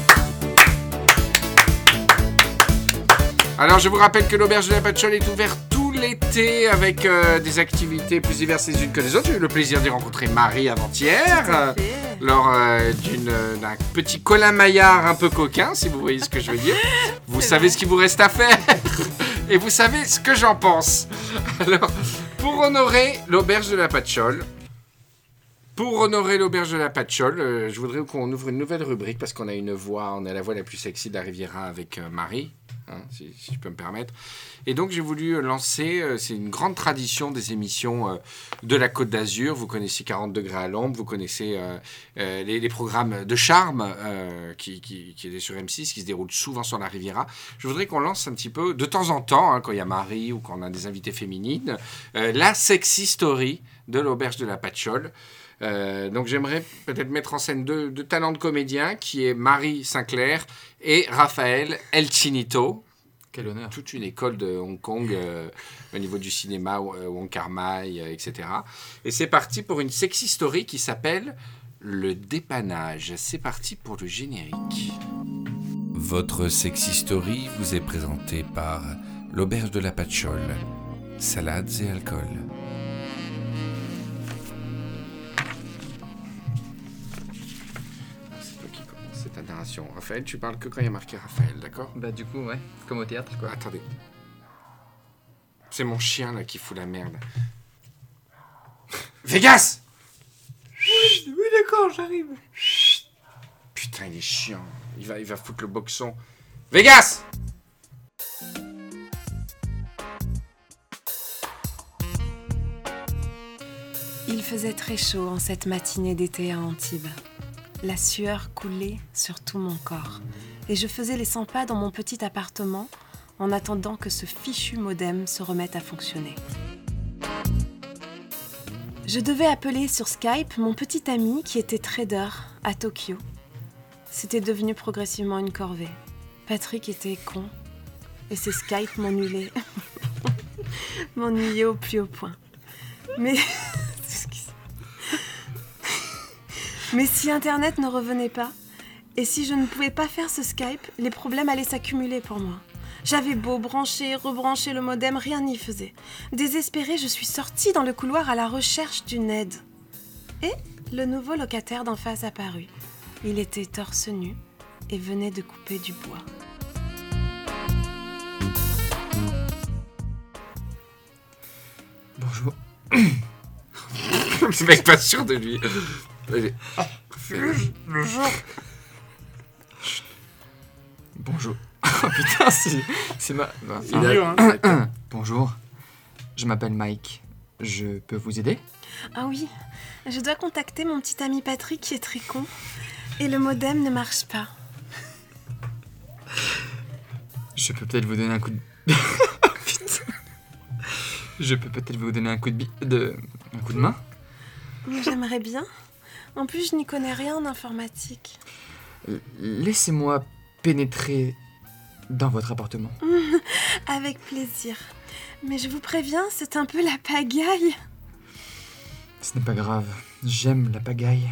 Alors je vous rappelle que l'auberge de la Patchole est ouverte tout l'été avec des activités plus diverses les unes que les autres. J'ai eu le plaisir d'y rencontrer Marie avant-hier lors d'un petit Colin Maillard un peu coquin, si vous voyez ce que je veux dire. Vous savez ce qu'il vous reste à faire et vous savez ce que j'en pense. Alors, pour honorer l'auberge de la Patchole, je voudrais qu'on ouvre une nouvelle rubrique parce qu'on a une voix, on a la voix la plus sexy de la Riviera avec Marie, hein, si je peux me permettre. Et donc j'ai voulu lancer, c'est une grande tradition des émissions de la Côte d'Azur. Vous connaissez 40 degrés à l'ombre, vous connaissez les programmes de charme qui est sur M6, qui se déroulent souvent sur la Riviera. Je voudrais qu'on lance un petit peu, de temps en temps, hein, quand il y a Marie ou quand on a des invités féminines, la sexy story de l'auberge de la Patchole. Donc j'aimerais peut-être mettre en scène deux talents de comédiens, qui est Marie Sinclair et Raphaël El Chinito. Quel honneur. Toute une école de Hong Kong au niveau du cinéma, Wong Kar-mai, etc. Et c'est parti pour une sexy story qui s'appelle Le Dépannage. C'est parti pour le générique. Votre sexy story vous est présentée par l'auberge de la Patchole. Salades et alcool. C'est ta narration. Raphaël, tu parles que quand il y a marqué Raphaël, d'accord? Bah du coup, ouais, comme au théâtre, quoi. Attendez. C'est mon chien, là, qui fout la merde. Vegas! Oui, d'accord, j'arrive. Putain, il est chiant. Il va foutre le boxon. Vegas! Il faisait très chaud en cette matinée d'été à Antibes. La sueur coulait sur tout mon corps et je faisais les 100 pas dans mon petit appartement en attendant que ce fichu modem se remette à fonctionner. Je devais appeler sur Skype mon petit ami qui était trader à Tokyo. C'était devenu progressivement une corvée. Patrick était con et ses Skype m'ennuyait au plus haut point. Mais si Internet ne revenait pas, et si je ne pouvais pas faire ce Skype, les problèmes allaient s'accumuler pour moi. J'avais beau brancher, rebrancher le modem, rien n'y faisait. Désespérée, je suis sortie dans le couloir à la recherche d'une aide. Et le nouveau locataire d'en face apparut. Il était torse nu et venait de couper du bois. Bonjour. Le mec pas sûr de lui. Bonjour. Oh putain, c'est ma... C'est mieux, hein. Bonjour. Je m'appelle Mike. Je peux vous aider ? Ah oui, je dois contacter mon petit ami Patrick qui est très con. Et le modem ne marche pas. Je peux peut-être vous donner un coup de... Putain. Je peux peut-être vous donner un coup de main ? J'aimerais bien. En plus, je n'y connais rien en informatique. Laissez-moi pénétrer dans votre appartement. Avec plaisir. Mais je vous préviens, c'est un peu la pagaille. Ce n'est pas grave. J'aime la pagaille.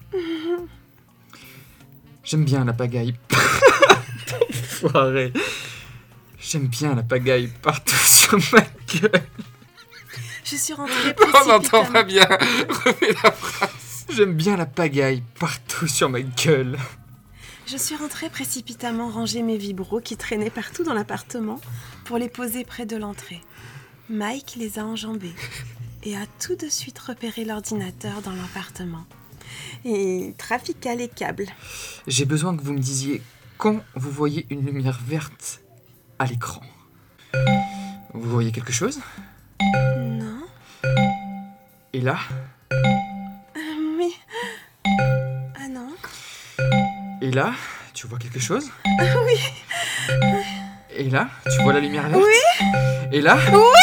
J'aime bien la pagaille. Foiré. J'aime bien la pagaille partout sur ma gueule. Je suis rentrée On n'entend précipitamment. pas bien. Refais la phrase. J'aime bien la pagaille partout sur ma gueule. Je suis rentrée précipitamment ranger mes vibros qui traînaient partout dans l'appartement pour les poser près de l'entrée. Mike les a enjambés et a tout de suite repéré l'ordinateur dans l'appartement. Et il trafiqua les câbles. J'ai besoin que vous me disiez quand vous voyez une lumière verte à l'écran. Vous voyez quelque chose ? Non, Et là ? mais... Ah non. Et là ? Tu vois quelque chose ? Oui. Et là ? Tu vois la lumière verte ? Oui. Et là ?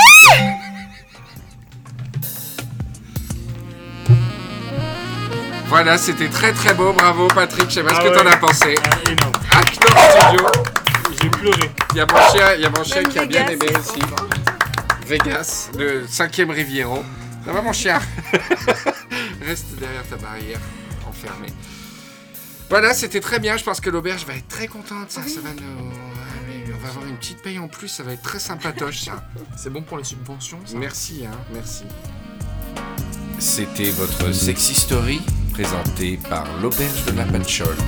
Voilà, c'était très très beau. Bravo Patrick. Je sais pas ce que ouais. t'en as pensé. Ah, énorme. Acteur studio. J'ai pleuré. Il y a mon chien Même qui a bien Vegas, aimé c'est aussi. trop fort. Vegas, le 5e Riviero. Ça va mon chien? Reste derrière ta barrière, enfermé. Voilà, c'était très bien. Je pense que l'auberge va être très contente. Ça va nous... On va avoir une petite paye en plus. Ça va être très sympatoche, ça. C'est bon pour les subventions, ça ? Merci, hein. Merci. C'était votre Sexy Story, présenté par l'Auberge de la Patchole.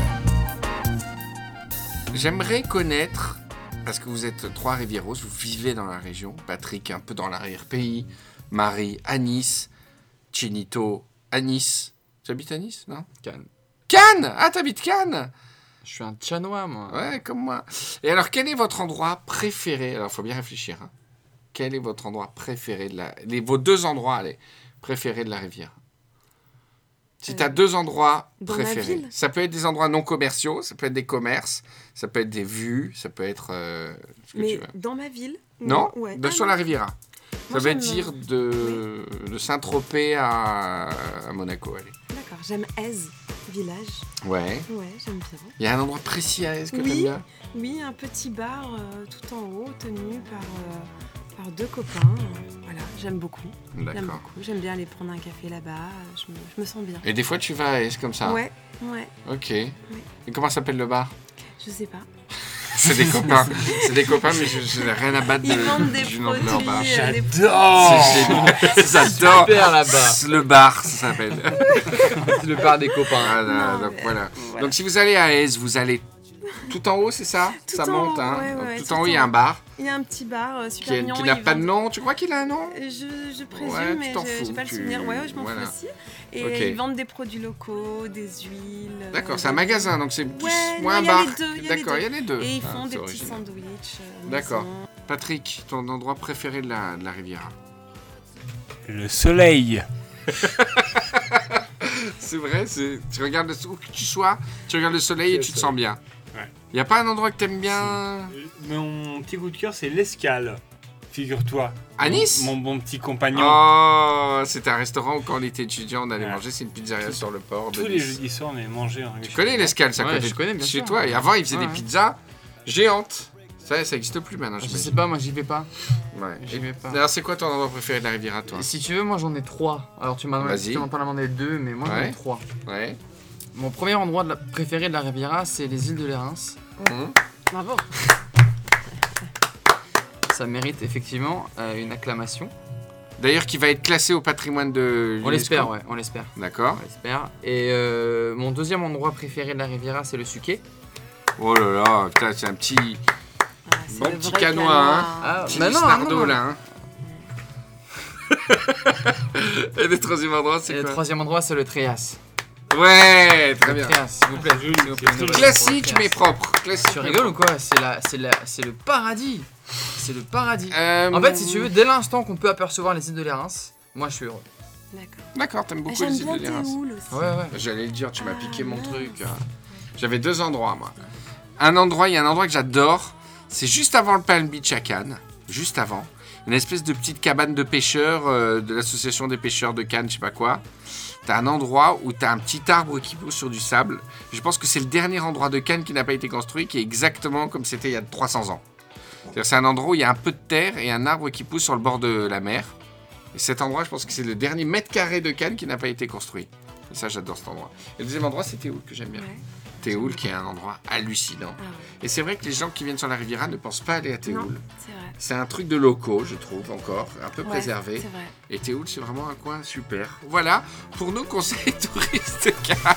J'aimerais connaître, parce que vous êtes 3 Rivieros, vous vivez dans la région. Patrick, un peu dans l'arrière-pays. Marie, à Nice. Chinito, à Nice. Tu habites à Nice, non? Cannes. Cannes! Ah, t'habites Cannes! Je suis un Tchanois, moi. Ouais, comme moi. Et alors, quel est votre endroit préféré? Alors, il faut bien réfléchir. Hein. Quel est votre endroit préféré vos 2 endroits, allez, préférés de la rivière? Si tu as 2 endroits dans ma préférés, ville. ça peut être des endroits non commerciaux, ça peut être des commerces, ça peut être des vues, ça peut être ce que tu Mais veux. dans ma ville? Non, Ouais. sur la Riviera. Moi, Ça veut j'aime- dire de Saint-Tropez à Monaco, allez. D'accord, j'aime Aise, village. Ouais. Ouais, j'aime bien. Il y a un endroit précis à Aise que Oui. t'aimes bien? Oui, un petit bar tout en haut, tenu par 2 copains. Voilà, j'aime beaucoup. J'aime D'accord. beaucoup. J'aime bien aller prendre un café là-bas. Je me sens bien. Et des fois, tu vas à Aise comme ça? Ouais. Ok. Et comment s'appelle le bar? Je sais pas. C'est des copains. C'est des copains, mais je n'ai rien à battre Ils vendent des du nom de leur bar. produits. J'adore. C'est génial. J'adore. Super là-bas. Le bar, ça s'appelle. C'est le bar des copains. Voilà, Non, donc mais voilà. voilà. Donc si vous allez à Aise, vous allez tout en haut, c'est ça? Tout Ça en monte, haut, hein. ouais, Donc, ouais, tout tout en haut, en il y a un haut. bar Il y a un petit bar super mignon. qui n'a ils pas de vendent- nom. Tu crois qu'il a un nom? Je présume, Ouais, tu mais t'en j'ai fous, pas le tu- souvenir. Ouais, je m'en voilà. fous aussi. Et Ok. ils vendent des produits locaux, des huiles. D'accord, c'est un magasin, donc c'est plus Ouais, moins un non, il y a bar. les deux, il y a les D'accord, il y a les deux. Et ils Ah, font c'est des petits original. sandwichs. D'accord. maison. Patrick, ton endroit préféré de la Riviera? Le soleil. C'est vrai, tu regardes où que tu sois, tu regardes le soleil et tu te sens bien. Ouais. Y a pas un endroit que t'aimes bien? Mon petit coup de cœur, c'est l'Escale. Figure-toi. À Nice? Mon bon petit compagnon. Oh, c'était un restaurant où quand on était étudiant, on allait Ouais. manger. C'est une pizzeria sur le port de Tous les Nice. jeudis soirs, on allait manger. Tu connais l'Escale, ça Ouais, côté je connais, bien chez sûr. toi. Et avant, ils faisaient Ouais. des pizzas géantes. Ça existe plus maintenant, Je sais j'imagine. pas, moi j'y vais pas. Ouais. J'y vais pas. Alors, c'est quoi ton endroit préféré de la Riviera, toi? Si tu veux, moi j'en ai 3. Alors tu m'en Vas-y. as demandé 2, mais moi j'en Ouais. ai 3. Ouais. Mon premier endroit préféré de la Riviera, c'est les îles de l'Érins. Bravo. Ça mérite effectivement une acclamation. D'ailleurs, qui va être classé au patrimoine de On l'UNESCO. l'espère, ouais, on l'espère. D'accord. On l'espère. Et mon deuxième endroit préféré de la Riviera, c'est le Suquet. Oh là là, putain, c'est un petit Ah, c'est Bon le petit vrai canois, hein. Ah, petit bah non, Nardo, non. là. Hein. Et le troisième endroit, Et c'est le quoi? troisième endroit, c'est le Tréas. Ouais, très bien. Le Tréas, s'il vous plaît. C'est joli, S'il vous plaît, c'est une nouvelle Classique fois, le mais Tréas. propre. Classique. Tu rigoles ou quoi? C'est le paradis. C'est le paradis. Euh, En fait, si tu veux, dès l'instant qu'on peut apercevoir les îles de l'Érins, moi je suis heureux. D'accord. D'accord, t'aimes Ah, beaucoup j'aime les îles bien de l'Érins. Théoul aussi. Ouais, ouais. J'allais le dire, tu m'as Ah, piqué mon mince. truc. J'avais 2 endroits, moi. Il y a un endroit que j'adore. C'est juste avant le Palm Beach à Cannes. Juste avant. Une espèce de petite cabane de pêcheurs de l'association des pêcheurs de Cannes, je sais pas quoi. T'as un endroit où t'as un petit arbre qui pousse sur du sable. Je pense que c'est le dernier endroit de Cannes qui n'a pas été construit, qui est exactement comme c'était il y a 300 ans. C'est-à-dire, c'est un endroit où il y a un peu de terre et un arbre qui pousse sur le bord de la mer. Et cet endroit, je pense que c'est le dernier mètre carré de Cannes qui n'a pas été construit. Et ça, j'adore cet endroit. Et le deuxième endroit, c'est Théoul, que j'aime bien. Ouais. Théoul, qui est un endroit hallucinant. Ah ouais. Et c'est vrai que les gens qui viennent sur la Riviera ne pensent pas aller à Non, Théoul. c'est vrai. C'est un truc de locaux, je trouve, encore, un peu Ouais, préservé. C'est vrai. Et Théoul, c'est vraiment un coin super. Voilà, pour nos conseils touristes Cannes.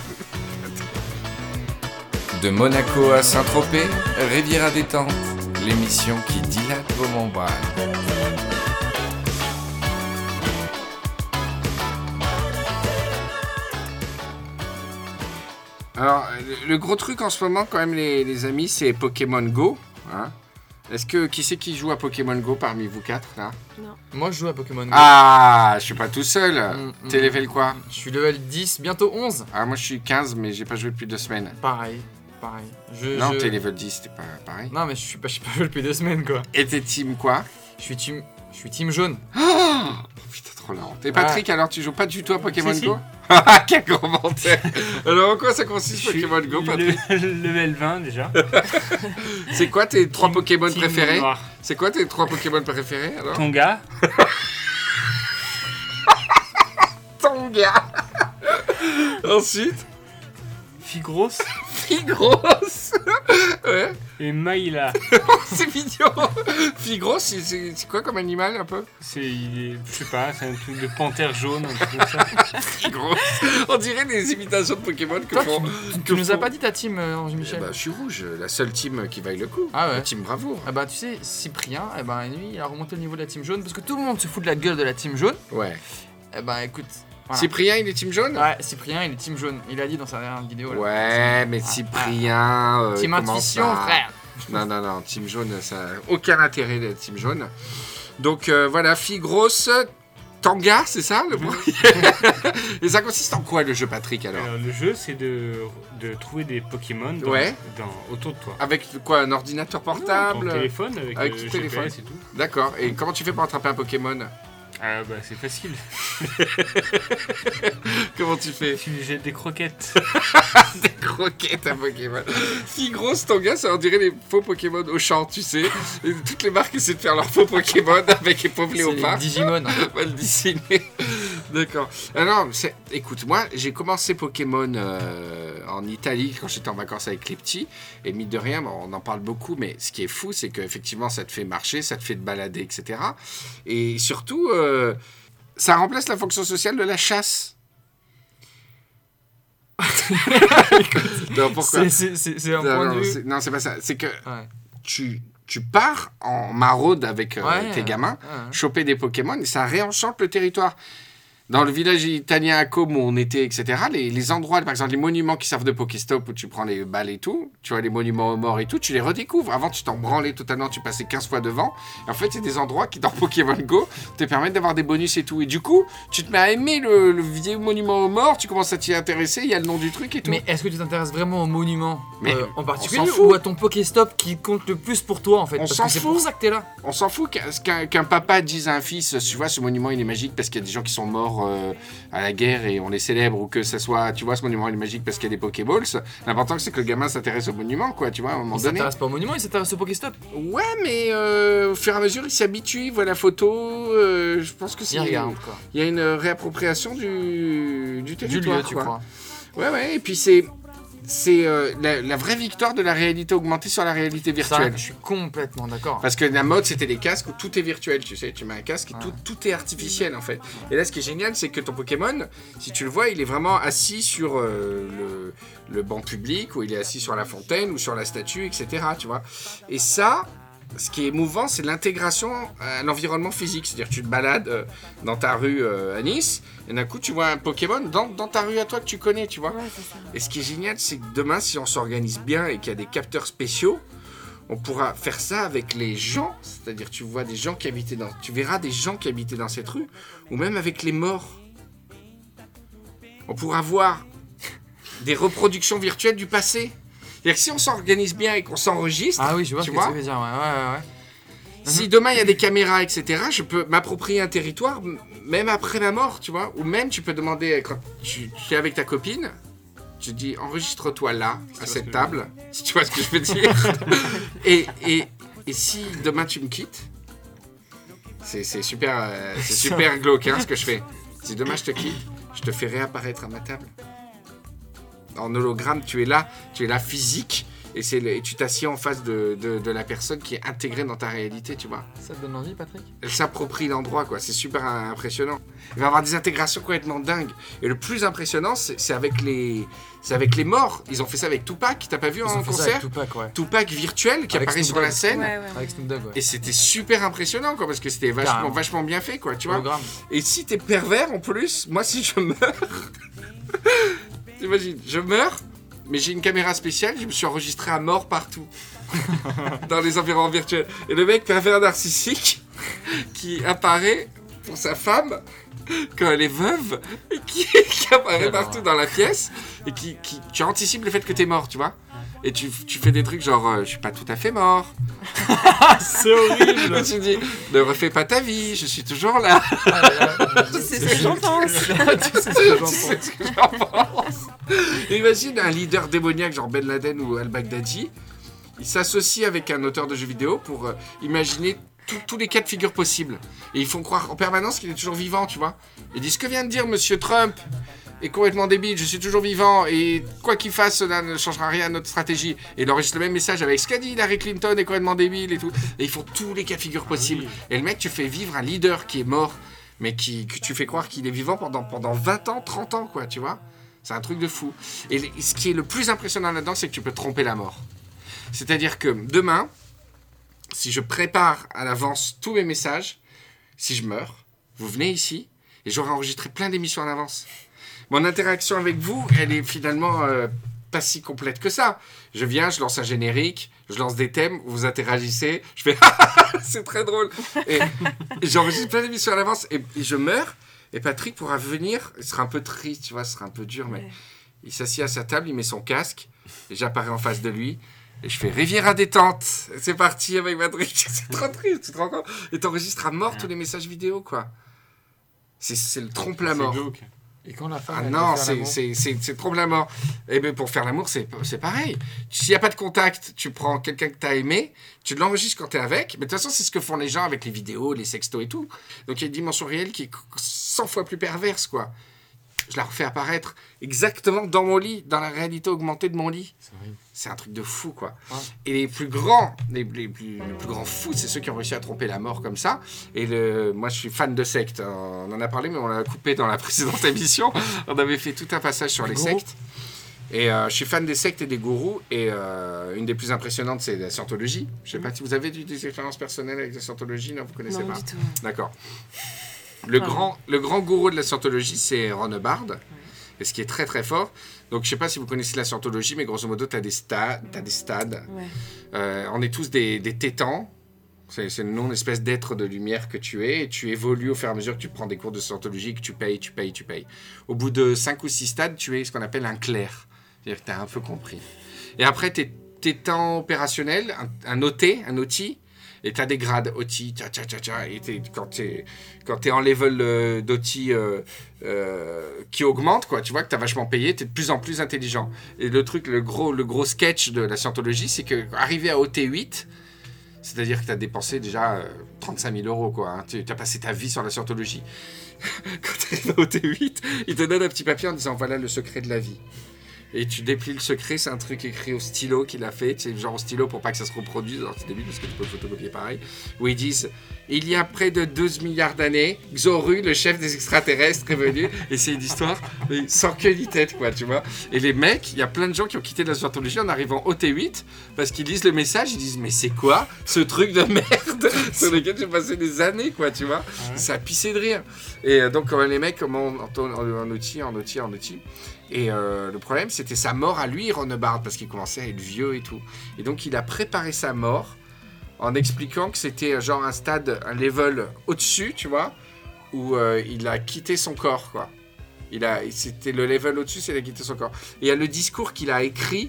De Monaco à Saint-Tropez, Riviera détente, l'émission qui dilate vos membranes. Alors, le gros truc en ce moment, quand même, les amis, c'est Pokémon Go. Hein. Qui c'est qui joue à Pokémon Go parmi vous 4 là? Moi je joue à Pokémon Go. Ah, je suis pas tout seul. T'es mm. level quoi? Je suis level 10, bientôt 11. Ah, moi je suis 15, mais j'ai pas joué depuis 2 semaines. Pareil. Non, t'es level 10, t'es pas pareil. Non, mais je suis pas joué depuis 2 semaines quoi. Et t'es team quoi? Je suis team jaune. Oh, putain, trop la honte. Et Patrick, alors tu joues pas du tout à Pokémon Si, si. Go? Quel commentaire. Alors en quoi ça consiste Je suis Pokémon Go, Patrick? level 20 déjà. C'est quoi tes 3 Pokémon Team préférés? noir. C'est quoi tes 3 Pokémon préférés alors? Tonga. Tonga. Ensuite, Figros Figros. Ouais, et Maïla. c'est mignon. Figros, c'est quoi comme animal un peu? Je sais pas, c'est un truc de panthère jaune, un truc comme ça. Figros. On dirait des imitations de Pokémon que Toi, font. Tu nous as pas dit ta team, Ange Eh Michel? bah, je suis rouge, la seule team qui vaille le coup. Ah ouais. La team Bravoure. Ah bah tu sais, Cyprien, eh ben, lui, il a remonté le niveau de la team jaune parce que tout le monde se fout de la gueule de la team jaune. Ouais. Eh ben écoute, voilà. Cyprien, il est team jaune? Ouais, Cyprien, il est team jaune. Il a dit dans sa dernière vidéo. Là. Ouais, mais Cyprien. Team comment intuition, ça frère. Non, team jaune, ça n'a aucun intérêt d'être team jaune. Donc voilà, Figros, Tanga, c'est ça le premier? Et ça consiste en quoi le jeu, Patrick, alors? Alors, le jeu, c'est de trouver des Pokémon Ouais. autour de toi. Avec quoi, un ordinateur portable? Ton téléphone avec ton le téléphone. GPS et tout. D'accord, et comment tu fais pour attraper un Pokémon? Ah bah c'est facile. Comment tu fais? Tu lui jettes des croquettes. Des croquettes à Pokémon. Figros, Tanga, ça on dirait les faux Pokémon au champ, tu sais. Et toutes les marques essaient de faire leurs faux Pokémon avec les pauvres C'est les léopards. Digimon. Mal dessiné. D'accord. Alors, écoute, moi, j'ai commencé Pokémon en Italie quand j'étais en vacances avec les petits. Et mine de rien, bon, on en parle beaucoup, mais ce qui est fou, c'est qu'effectivement, ça te fait marcher, ça te fait te balader, etc. Et surtout, ça remplace la fonction sociale de la chasse. Non, pourquoi? C'est un point de vue. Non, c'est pas ça. C'est que Ouais. tu pars en maraude avec Ouais, tes gamins, ouais. choper des Pokémon et ça réenchante le territoire. Dans le village italien à Côme où on était, etc., les endroits, par exemple, les monuments qui servent de Pokéstop où tu prends les balles et tout, tu vois, les monuments aux morts et tout, tu les redécouvres. Avant, tu t'en branlais totalement, tu passais 15 fois devant. Et en fait, c'est des endroits qui, dans Pokémon Go, te permettent d'avoir des bonus et tout. Et du coup, tu te mets à aimer le vieux monument aux morts, tu commences à t'y intéresser, il y a le nom du truc et tout. Mais est-ce que tu t'intéresses vraiment au monument Mais en on particulier s'en fout. ou à ton Pokéstop qui compte le plus pour toi en fait? On Parce s'en que c'est fout. pour ça que t'es là. On s'en fout qu'un papa dise à un fils, tu vois, ce monument il est magique parce qu'il y a des gens qui sont morts à la guerre et on les célèbre, ou que ça soit, tu vois, ce monument il est magique parce qu'il y a des Pokéballs. L'important c'est que le gamin s'intéresse au monument, quoi, tu vois, à un moment Il donné. s'intéresse pas au monument, il s'intéresse au Pokéstop. Ouais, mais au fur et à mesure il s'habitue, il voit la photo, je pense que c'est... Il regarde quoi. Il y a une réappropriation du Du territoire, lieu, tu quoi. crois. Ouais, et puis c'est la vraie victoire de la réalité augmentée sur la réalité virtuelle. Ça, je suis complètement d'accord. Parce que la mode, c'était les casques où tout est virtuel, tu sais. Tu mets un casque et tout est artificiel, en fait. Et là, ce qui est génial, c'est que ton Pokémon, si tu le vois, il est vraiment assis sur le banc public, ou il est assis sur la fontaine, ou sur la statue, etc., tu vois. Et ça, ce qui est émouvant, c'est l'intégration à l'environnement physique. C'est-à-dire que tu te balades dans ta rue à Nice, et d'un coup, tu vois un Pokémon dans ta rue à toi que tu connais, tu vois. Ouais, c'est ça. Et ce qui est génial, c'est que demain, si on s'organise bien et qu'il y a des capteurs spéciaux, on pourra faire ça avec les gens. C'est-à-dire, tu verras des gens qui habitaient dans cette rue, ou même avec les morts. On pourra voir des reproductions virtuelles du passé. C'est-à-dire que si on s'organise bien et qu'on s'enregistre, Ah oui, je vois tu ce que vois, tu veux dire. Ouais. si demain il y a des caméras, etc., je peux m'approprier un territoire même après ma mort, tu vois. Ou même tu peux demander, quand tu es avec ta copine, tu dis enregistre-toi là, à cette table, si tu vois ce que je veux dire. et si demain tu me quittes, c'est super glauque hein, ce que je fais. Si demain je te quitte, je te fais réapparaître à ma table. En hologramme, tu es là physique. Et tu t'assieds en face de la personne qui est intégrée dans ta réalité, tu vois. Ça te donne envie, Patrick? Elle s'approprie l'endroit, quoi. C'est super impressionnant. Il va y avoir des intégrations complètement dingues. Et le plus impressionnant, c'est avec les morts. Ils ont fait ça avec Tupac. T'as pas vu Ils en ont fait ça concert avec Tupac, ouais. Tupac virtuel qui Avec apparaît Snoop sur la Dogg. scène. Ouais. Avec Snoop Dogg, ouais. Et c'était super impressionnant, quoi, parce que c'était Carrément. vachement bien fait, quoi, tu vois. Hologramme. Et si t'es pervers, en plus, moi, si je meurs... T'imagines, je meurs, mais j'ai une caméra spéciale, je me suis enregistré à mort partout. Dans les environnements virtuels. Et le mec pervers narcissique qui apparaît pour sa femme quand elle est veuve et qui apparaît partout dans la pièce et qui tu anticipes le fait que t'es mort, tu vois. Et tu fais des trucs genre je suis pas tout à fait mort. C'est horrible. Tu dis ne refais pas ta vie, je suis toujours là. C'est ce que j'en pense. Tu sais ce que j'en pense. Et imagine un leader démoniaque genre Ben Laden ou Al-Baghdadi, il s'associe avec un auteur de jeux vidéo pour imaginer tous les cas de figure possibles. Et ils font croire en permanence qu'il est toujours vivant, tu vois. Ils disent ce que vient de dire Monsieur Trump est complètement débile, je suis toujours vivant et quoi qu'il fasse, cela ne changera rien à notre stratégie. Et il enregistre le même message avec ce qu'a dit Hillary Clinton est complètement débile et tout. Et ils font tous les cas de figure possibles. Et le mec, tu fais vivre un leader qui est mort, mais que tu fais croire qu'il est vivant pendant 20 ans, 30 ans, quoi, tu vois. C'est un truc de fou. Et ce qui est le plus impressionnant là-dedans, c'est que tu peux tromper la mort. C'est-à-dire que demain, si je prépare à l'avance tous mes messages, si je meurs, vous venez ici et j'aurai enregistré plein d'émissions à l'avance. Mon interaction avec vous, elle est finalement pas si complète que ça. Je viens, je lance un générique, je lance des thèmes, vous interagissez, je fais c'est très drôle. Et j'enregistre plein d'émissions à l'avance et je meurs. Et Patrick pourra venir, il sera un peu triste, tu vois, ce sera un peu dur, mais il s'assied à sa table, il met son casque, et j'apparais en face de lui, et je fais Riviera détente. Et c'est parti avec Patrick, c'est trop triste, tu te rends compte? Et t'enregistres à mort tous les messages vidéo, quoi. C'est le trompe la mort. C'est glauque. Et quand la femme. Ah elle non, veut faire l'amour c'est trop la mort. Et bien pour faire l'amour, c'est pareil. S'il n'y a pas de contact, tu prends quelqu'un que tu as aimé, tu l'enregistres quand tu es avec. Mais de toute façon, c'est ce que font les gens avec les vidéos, les sextos et tout. Donc il y a une dimension réelle qui est 100 fois plus perverse, quoi. Je la refais apparaître exactement dans mon lit, dans la réalité augmentée de mon lit. C'est horrible. C'est un truc de fou, quoi. Ouais. Et les plus grands fous, c'est ceux qui ont réussi à tromper la mort comme ça. Et moi, je suis fan de sectes. On en a parlé, mais on l'a coupé dans la précédente émission. On avait fait tout un passage sur les sectes. Et je suis fan des sectes et des gourous. Et une des plus impressionnantes, c'est la scientologie. Je sais pas si vous avez des expériences personnelles avec la scientologie, non, vous connaissez Non, pas. du tout. D'accord. Le grand gourou de la scientologie, c'est Ron Hubbard. Et ce qui est très très fort. Donc je sais pas si vous connaissez la scientologie, mais grosso modo, tu as des stades. Ouais. On est tous des tétans. C'est le nom d'espèce d'être de lumière que tu es. Et tu évolues au fur et à mesure que tu prends des cours de scientologie, que tu payes. Au bout de 5 ou 6 stades, tu es ce qu'on appelle un clerc. C'est-à-dire que tu as un peu compris. Et après, tu es tétan opérationnel, un OT, et tu as des grades OT, et quand tu es en level d'OT qui augmente, quoi, tu vois que tu as vachement payé, tu es de plus en plus intelligent. Et le gros sketch de la scientologie, c'est qu'arriver à OT 8, c'est-à-dire que tu as dépensé déjà 35 000 euros, quoi, hein, tu as passé ta vie sur la scientologie. Quand tu arrives à OT 8, ils te donnent un petit papier en disant voilà le secret de la vie. Et tu déplies le secret, c'est un truc écrit au stylo qu'il a fait, c'est genre au stylo pour pas que ça se reproduise, alors c'est débile parce que tu peux le photocopier pareil, où ils disent il y a près de 12 milliards d'années, Xoru, le chef des extraterrestres, est venu, et c'est une histoire sans queue ni tête, quoi, tu vois. Et les mecs, il y a plein de gens qui ont quitté la scientologie en arrivant au T8, parce qu'ils lisent le message, ils disent mais c'est quoi ce truc de merde sur lequel j'ai passé des années, quoi, tu vois. Ça a pissé de rire. Et donc les mecs, en outil. Et le problème, c'était sa mort à lui, Ron Hubbard, parce qu'il commençait à être vieux et tout. Et donc, il a préparé sa mort en expliquant que c'était genre un stade, un level au-dessus, tu vois, où il a quitté son corps, quoi. C'était le level au-dessus, c'est qu'il a quitté son corps. Et il y a le discours qu'il a écrit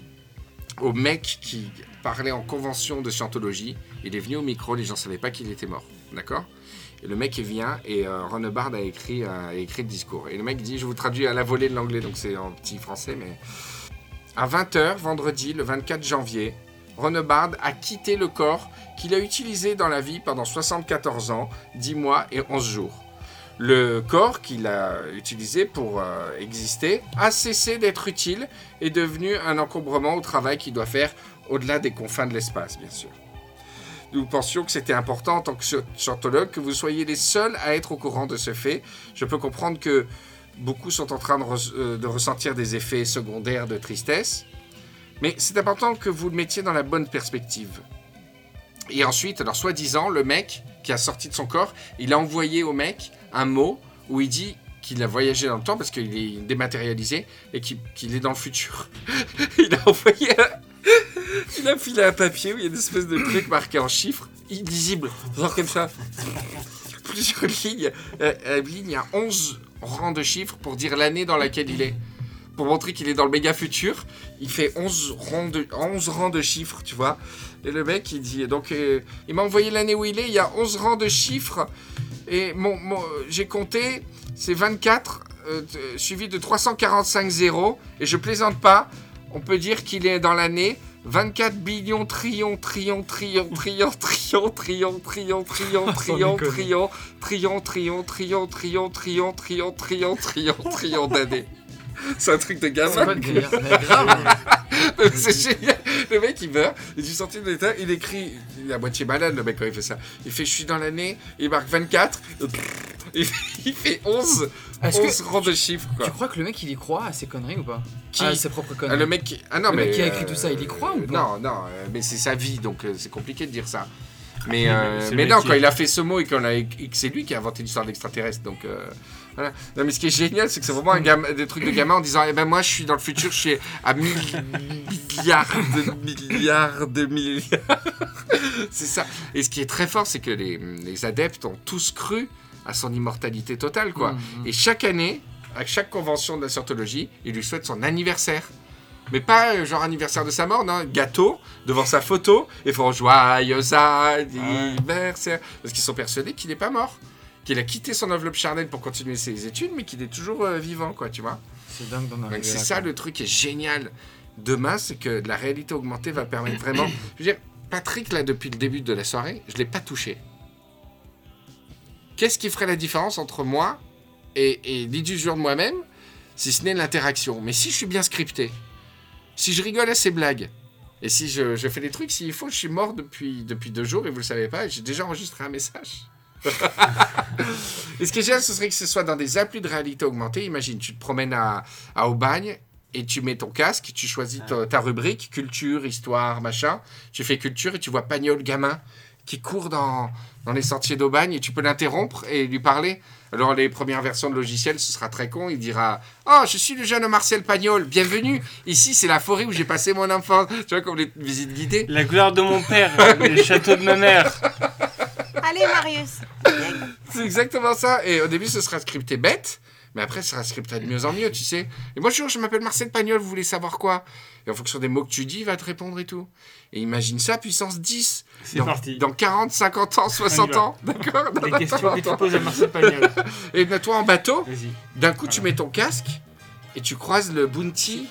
au mec qui parlait en convention de scientologie. Il est venu au micro, les gens ne savaient pas qu'il était mort, d'accord ? Et le mec vient et Ron Hubbard a écrit le discours. Et le mec dit, je vous traduis à la volée de l'anglais, donc c'est en petit français, mais... À 20h, vendredi, le 24 janvier, Ron Hubbard a quitté le corps qu'il a utilisé dans la vie pendant 74 ans, 10 mois et 11 jours. Le corps qu'il a utilisé pour exister a cessé d'être utile et est devenu un encombrement au travail qu'il doit faire au-delà des confins de l'espace, bien sûr. Nous pensions que c'était important en tant que scientologue que vous soyez les seuls à être au courant de ce fait. Je peux comprendre que beaucoup sont en train de ressentir des effets secondaires de tristesse, mais c'est important que vous le mettiez dans la bonne perspective. Et ensuite, alors soi-disant, le mec qui a sorti de son corps, il a envoyé au mec un mot où il dit qu'il a voyagé dans le temps parce qu'il est dématérialisé et qu'il est dans le futur. Il a envoyé il a filé un papier où il y a une espèce de truc marqué en chiffres, illisible, genre comme ça. Plusieurs lignes. Il y a 11 rangs de chiffres pour dire l'année dans laquelle il est. Pour montrer qu'il est dans le méga futur, il fait 11 rangs de chiffres, tu vois. Et le mec, il dit... Donc, il m'a envoyé l'année où il est, il y a 11 rangs de chiffres. Et j'ai compté, c'est 24, suivi de 345 zéros. Et je plaisante pas, on peut dire qu'il est dans l'année 24 billions, trillions d'années. C'est un truc de gamin. C'est pas de délire, mais grave. C'est génial. Le mec il meurt, il est sorti de l'état, il écrit, il est à moitié malade le mec quand il fait ça. Il fait je suis dans l'année, il marque 24, il fait 11 rangs de chiffres, quoi. Tu crois que le mec il y croit à ses conneries ou pas? Qui? À ses propres conneries. Le mec qui a écrit tout ça, il y croit ou pas? Non, mais c'est sa vie donc c'est compliqué de dire ça. Mais non, quand il a fait ce mot et que c'est lui qui a inventé l'histoire d'extraterrestres, donc voilà. Non, mais ce qui est génial, c'est que c'est vraiment des trucs de gamin en disant eh ben moi je suis dans le futur, je suis à milliards. C'est ça. Et ce qui est très fort, c'est que les adeptes ont tous cru à son immortalité totale, quoi. Et chaque année, à chaque convention de la scientologie, il lui souhaite son anniversaire. Mais pas genre anniversaire de sa mort, non, gâteau devant sa photo et font joyeux anniversaire, parce qu'ils sont persuadés qu'il n'est pas mort, qu'il a quitté son enveloppe charnelle pour continuer ses études, mais qu'il est toujours vivant, quoi, tu vois. C'est dingue d'en arriver. Donc c'est ça le truc qui est génial. Demain, c'est que la réalité augmentée va permettre vraiment. Je veux dire, Patrick là depuis le début de la soirée, je l'ai pas touché. Qu'est-ce qui ferait la différence entre moi et l'illusion de moi-même, si ce n'est l'interaction? Mais si je suis bien scripté. Si je rigole à ces blagues, et si je fais des trucs, s'il faut, je suis mort depuis 2 jours et vous le savez pas, j'ai déjà enregistré un message. Et ce qui est génial, ce serait que ce soit dans des applis de réalité augmentée. Imagine, tu te promènes à Aubagne et tu mets ton casque, tu choisis ta rubrique, culture, histoire, machin. Tu fais culture et tu vois Pagnol gamin qui court dans les sentiers d'Aubagne et tu peux l'interrompre et lui parler. Alors, les premières versions de logiciel, ce sera très con. Il dira « Oh, je suis le jeune Marcel Pagnol, bienvenue. Ici, c'est la forêt où j'ai passé mon enfance. » Tu vois, comme les visites guidées. La gloire de mon père, le château de ma mère. Allez, Marius. C'est exactement ça. Et au début, ce sera scripté bête. Mais après, ça sera scripté de mieux en mieux, tu sais. Et bonjour, je m'appelle Marcel Pagnol, vous voulez savoir quoi? Et en fonction des mots que tu dis, il va te répondre et tout. Et imagine ça, puissance 10. C'est parti. Dans 40, 50 ans, 60 ans. D'accord? Les questions que tu poses à Marcel Pagnol. Et toi, en bateau, Vas-y. d'un coup, tu mets ton casque et tu croises le Bounty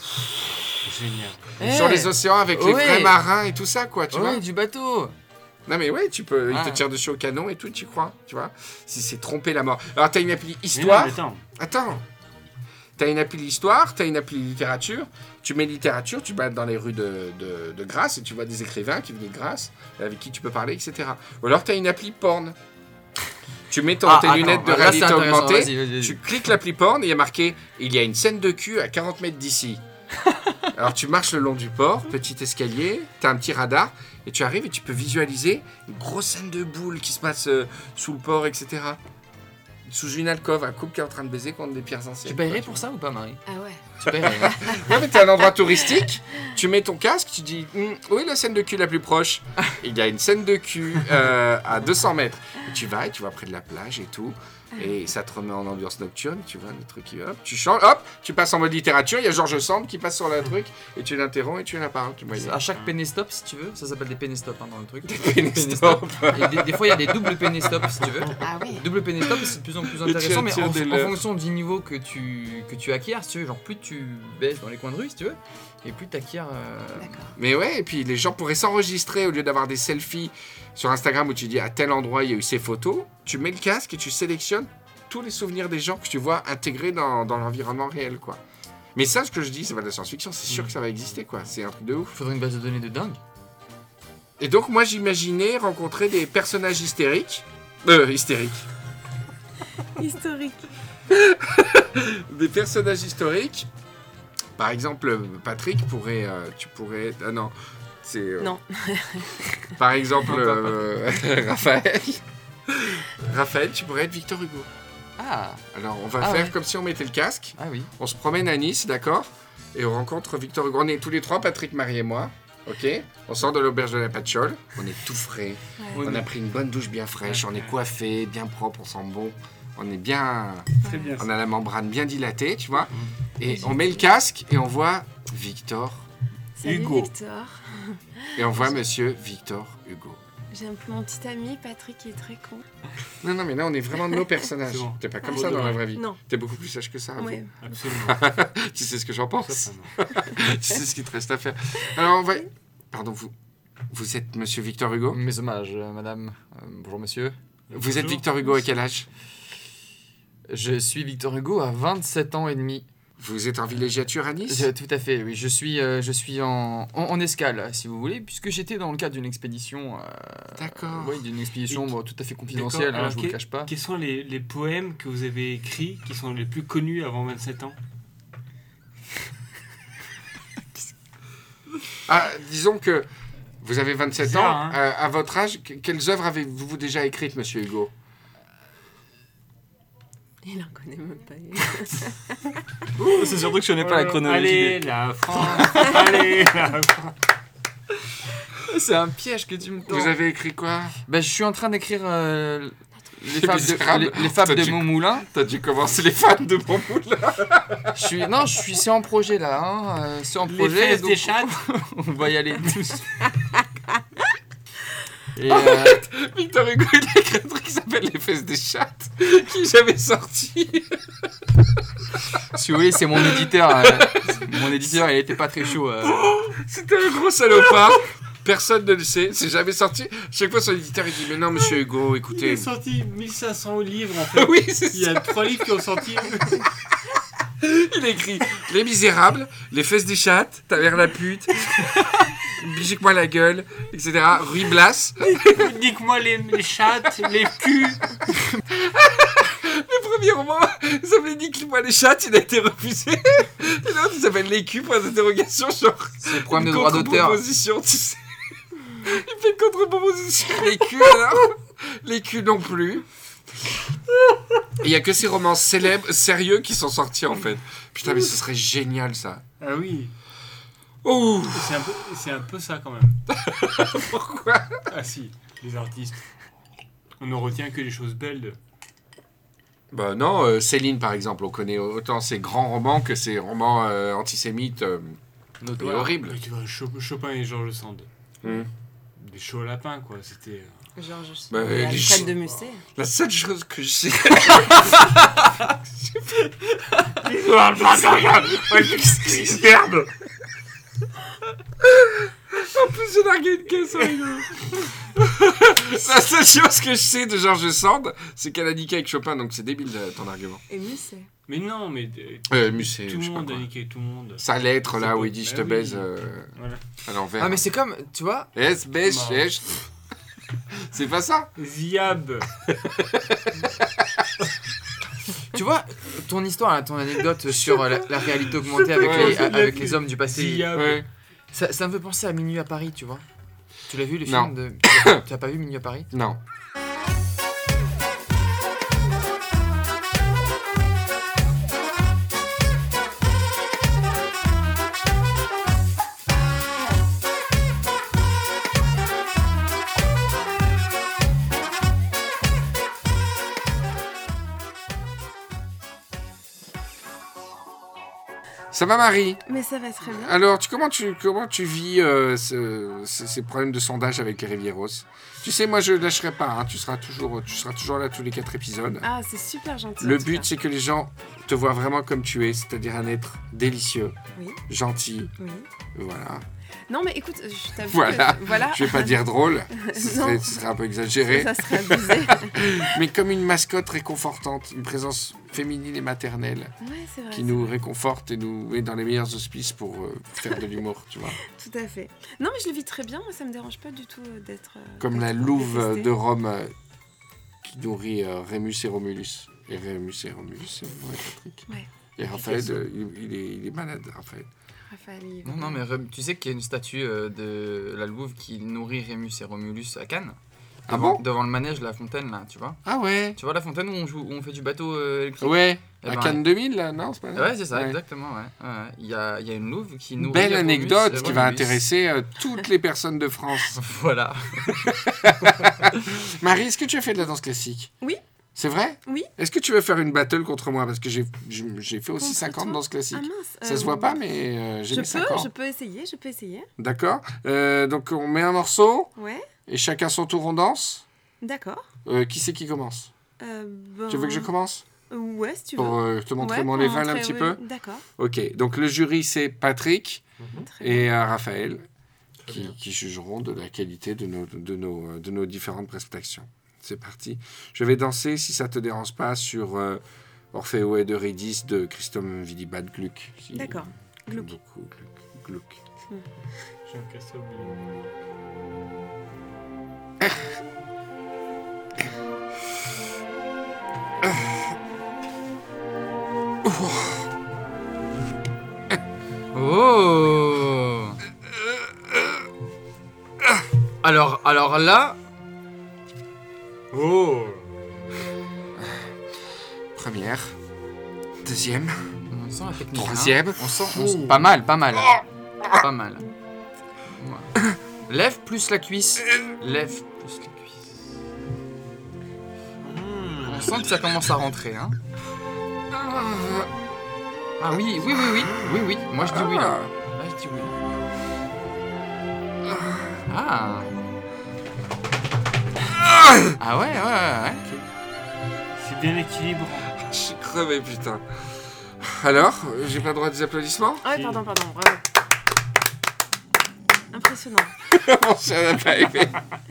Génial. sur les océans avec les Ouais. vrais marins et tout ça, quoi, tu vois? Ouais, du bateau. Non mais ouais, tu peux, il te Ah. tire dessus au canon et tout, tu crois, tu vois? Si c'est tromper la mort. Alors, t'as une appli Mais histoire. non, mais Attends. T'as une appli histoire, t'as une appli littérature. Tu mets littérature, tu balades dans les rues de Grasse et tu vois des écrivains qui venaient de Grasse, avec qui tu peux parler, etc. Ou alors t'as une appli porn. Tu mets tes lunettes de réalité augmentée, tu cliques l'appli porn et il y a marqué « Il y a une scène de cul à 40 mètres d'ici ». Alors tu marches le long du port, petit escalier, t'as un petit radar, et tu arrives et tu peux visualiser une grosse scène de boule qui se passe sous le port, etc. Sous une alcôve, un couple qui est en train de baiser contre des pierres anciennes. Tu paierais pour ça ou pas, Marie? Ah ouais. Tu paierais. Ouais, mais t'es à un endroit touristique, tu mets ton casque, tu dis où est la scène de cul la plus proche? Il y a une scène de cul à 200 mètres. Et tu vas près de la plage et tout. Et ça te remet en ambiance nocturne, tu vois, le truc, hop, tu changes, hop, tu passes en mode littérature, il y a Georges Sand qui passe sur le truc, et tu l'interromps et tu la parles. Tu vois, À chaque pénestop, si tu veux, ça s'appelle des pénestops dans le truc. Pénestop. Et des fois, il y a des doubles pénestops, si tu veux. Ah oui. Double pénestop, c'est de plus en plus Et tu intéressant, mais attires des en leurres. fonction du niveau que tu acquiers, si tu veux, genre plus tu baisses dans les coins de rue, si tu veux, et plus tu acquiers. D'accord. Mais ouais, et puis les gens pourraient s'enregistrer au lieu d'avoir des selfies sur Instagram où tu dis à tel endroit il y a eu ces photos, tu mets le casque et tu sélectionnes tous les souvenirs des gens que tu vois intégrés dans l'environnement réel, quoi. Mais ça, ce que je dis, c'est pas de la science-fiction, c'est sûr que ça va exister, quoi. C'est un truc de ouf. Faudrait une base de données de dingue. Et donc, moi, j'imaginais rencontrer des personnages hystériques. Hystériques. Historique. Des personnages historiques. Par exemple, Patrick pourrait... tu pourrais... Ah non. C'est... Non. Par exemple, Raphaël. Raphaël, tu pourrais être Victor Hugo. Ah, Alors, on va Ah faire ouais. comme si on mettait le casque. ah oui. On se promène à Nice, d'accord? Et on rencontre Victor Hugo. On est tous les trois, Patrick, Marie et moi. Ok? On sort de l'auberge de la Patchole. On est tout frais. Ouais. On a pris une bonne douche bien fraîche. On est coiffé, bien propre, on sent bon. On est bien... Très bien. On a la membrane bien dilatée, tu vois. Et on met le casque et on voit Victor. Salut Hugo. Victor. Et on voit monsieur Victor Hugo. J'ai mon petit ami Patrick qui est très con. Non, mais là, on est vraiment nos personnages. C'est bon. T'es pas comme Ouais. ça dans la vraie vie. Non. T'es beaucoup plus sage que ça. avoue. Ouais. Absolument. Tu sais ce que j'en pense. Ça, non. Tu sais ce qu'il te reste à faire. Alors, on va... Pardon, vous êtes monsieur Victor Hugo? Mes hommages, madame. Bonjour, monsieur. Vous êtes Bonjour. Victor Hugo à quel âge? Je suis Victor Hugo à 27 ans et demi. Vous êtes en villégiature à Nice? Tout à fait, oui. Je suis en escale, si vous voulez, puisque j'étais dans le cadre d'une expédition. D'accord. Oui, d'une expédition Et- bon, tout à fait confidentielle, D'accord. Alors, je vous le cache pas. Quels sont les poèmes que vous avez écrits qui sont les plus connus avant 27 ans? Ah, disons que vous avez 27 Bizarre, ans. hein. À votre âge, quelles œuvres avez-vous déjà écrites, monsieur Hugo? Il en connaît même pas. C'est surtout que je connais Allez, la France. Allez, la France. C'est un piège que tu me tends. Vous avez écrit quoi? Ben, je suis en train d'écrire Les Misérables. les fables T'as de dû- Montmoulin. T'as dû commencer les fans de mon moulin. C'est en projet là, hein. C'est en Les projet. fesses donc des chattes. on va y aller tous. Et, Victor Hugo, il a écrit un truc qui s'appelle Les fesses des chattes, qui est jamais sorti. si vous voulez, c'est mon éditeur. Mon éditeur, il était pas très chaud. C'était un gros salopard. Personne ne le sait, c'est jamais sorti. Chaque fois, son éditeur, il dit mais non, monsieur Hugo, Il écoutez. a sorti 1500 livres en fait. Oui, c'est Il y ça. a 3 livres qui ont sorti. Il a écrit Les Misérables, Les fesses des chattes, Ta mère la pute, Bigique-moi la gueule, etc. Ruy Blas. Nique-moi les chattes, les culs. Le premier roman s'appelait Nique-moi les chattes, il a été refusé. Et l'autre, il s'appelle Les culs, point d'interrogation, genre. C'est le problème de une droit d'auteur. contre-proposition, tu sais. Il fait une contre-proposition. Les culs, alors. Les culs non plus. Il n'y a que ces romans célèbres, sérieux, qui sont sortis, en fait. Putain, mais ce serait génial, ça. Ah oui. Oh. C'est un peu ça quand même. Pourquoi? Ah si, les artistes. On ne retient que les choses belles. Bah non, Céline, par exemple, on connaît autant ses grands romans que ses romans antisémites et horribles. Mais tu vois, Chopin et Georges Sand. Hmm. Des chauds lapins, quoi. C'était... Genre, Bah, les Alfred ch- de Musset. La seule chose que je sais... Merde. En plus, j'ai largué une caisse, rigolo. La seule chose que je sais de Georges Sand, c'est qu'elle a niqué avec Chopin, donc c'est débile ton argument. Et Musset. Mais non, mais Musset, tout je le sais pas monde a quoi. niqué, tout le monde. Sa lettre, là, C'est où pas- il dit « je Bah te oui. baise Voilà. à l'envers ». Ah, mais c'est comme, tu vois, C'est pas ça? Ziab. tu vois, ton histoire, là, ton anecdote sur la réalité augmentée avec, Ouais, avec les hommes du passé, Ziab. Ouais. ça me fait penser à Minuit à Paris, tu vois. Tu l'as vu, le Non. film de... Tu as pas vu Minuit à Paris? Non. Ça va, Marie? Mais ça va très bien. Alors, comment tu vis ces problèmes de sondage avec les Rivieros? Tu sais, moi, je lâcherai pas. Hein. Tu seras toujours là tous les 4 épisodes. Ah, c'est super gentil. Le en tout but, cas. c'est que les gens te voient vraiment comme tu es, c'est-à-dire un être délicieux, Oui, gentil, oui. voilà. Non, mais écoute, je t'avoue Voilà. que... Voilà. Je vais pas dire drôle, Non. ce serait un peu exagéré, Ça serait abusé. mais comme une mascotte réconfortante, une présence féminine et maternelle Ouais, c'est vrai. qui c'est nous vrai. réconforte et nous met dans les meilleurs auspices pour faire de l'humour, tu vois. Tout à fait. Non, mais je le vis très bien. Moi, ça me dérange pas du tout d'être... Comme la d'être louve détestée. de Rome qui nourrit Rémus et Romulus. Et Rémus et Romulus, c'est vrai, Patrick. Ouais. Et Raphaël, il est malade, Raphaël. Raphaël, il- Non, mais tu sais qu'il y a une statue de la louve qui nourrit Rémus et Romulus à Cannes. Ah Devant- bon? Devant le manège, la fontaine, là, tu vois. Ah ouais. Tu vois la fontaine où on fait du bateau électrique? Ouais, Eh à ben, Cannes 2000, là, non, c'est pas là. Ouais, c'est ça, exactement, ouais. Il y a une louve qui nourrit Belle Rémus anecdote et qui va Romulus. intéresser toutes les personnes de France. Voilà. Marie, est-ce que tu as fait de la danse classique? Oui. C'est vrai? Oui. Est-ce que tu veux faire une battle contre moi? Parce que j'ai fait aussi Contre 50 toi danses classiques. Ah mince. Ça se voit pas, mais j'ai mis 5 ans. Je peux essayer. D'accord. Donc on met un morceau Ouais, et chacun son tour on danse. d'accord. Qui c'est qui commence? Ben... Tu veux que je commence? Ouais, si tu veux. Pour te montrer Ouais, mon pour level un montrer, petit oui. peu? D'accord. Ok, donc le jury c'est Patrick Très bien. et Raphaël Très bien. qui jugeront de la qualité de nos différentes prestations. C'est parti. Je vais danser, si ça te dérange pas, sur Orfeo et Eurydice de Christophe Willibald Gluck. qui- D'accord. j'aime Gluck. beaucoup Gluck. J'ai un casse-tête. Oh. Alors là, Oh. Première. Deuxième. on sent la technique. hein. Troisième. On sent pas mal. Pas mal. Ouais. Lève plus la cuisse. Lève plus la cuisse. On sent que ça commence à rentrer, hein. Ah oui. Moi je dis oui là. Là je dis oui. Ah. Ah ouais. C'est bien équilibré. Je suis crevé, putain. Alors, j'ai pas le droit des applaudissements? Ah ouais, pardon, bravo. Impressionnant. Bon, ça n'a pas aimé.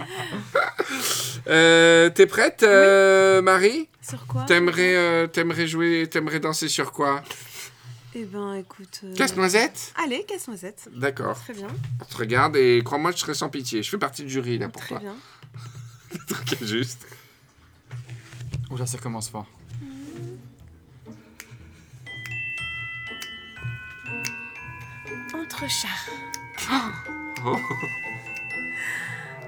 T'es prête, Marie? Sur quoi? T'aimerais danser sur quoi? Eh ben, écoute... Casse-noisette? Allez, casse-noisette. D'accord. Très bien. On te regarde et crois-moi, je serai sans pitié. Je fais partie du jury, là, pour Très toi. bien. Truc juste. Oula, ça commence fort. Entre chats. Oh.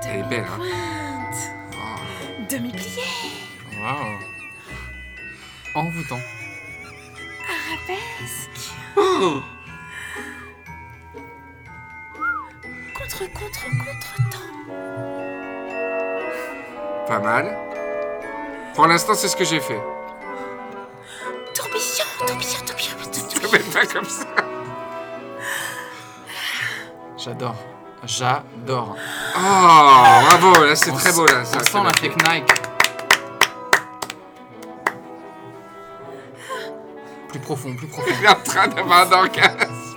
Elle est belle, hein. Pointe. Demi-plié. Waouh. Envoûtant. Arabesque. Oh. Contre-temps. Pas mal. Pour l'instant, c'est ce que j'ai fait. Tourbillon. Tu peux mettre pas comme ça. J'adore. Oh, bravo, là c'est très beau là. On sent la technique. Plus profond. Il est en train d'avoir un orgasme.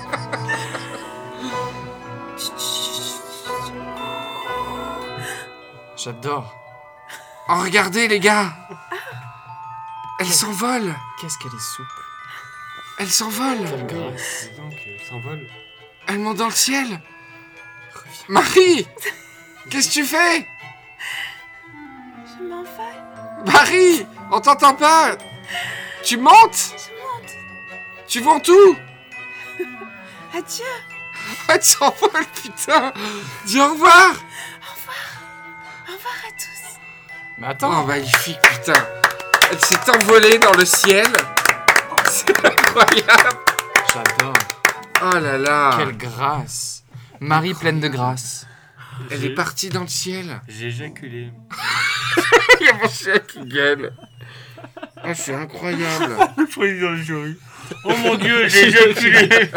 J'adore. Oh, regardez les gars. Elle s'envole. Qu'est-ce qu'elle est souple. Elle s'envole. Grâce. Donc, s'envole. Elle monte dans le ciel. Marie, qu'est-ce que tu fais? Je m'envole. Marie, on t'entend pas. Tu montes. Tu montes où? Adieu. Elle s'envole, putain. Dis au revoir. Au revoir à tous. Mais attends. Oh, magnifique, putain. Elle s'est envolée dans le ciel. C'est incroyable. J'adore. Oh là là. Quelle grâce. Marie pleine de grâce. Elle est partie dans le ciel. J'ai éjaculé. Il y a mon chien qui gueule. Ah, c'est incroyable. Le président du jury. Oh mon Dieu, j'ai éjaculé.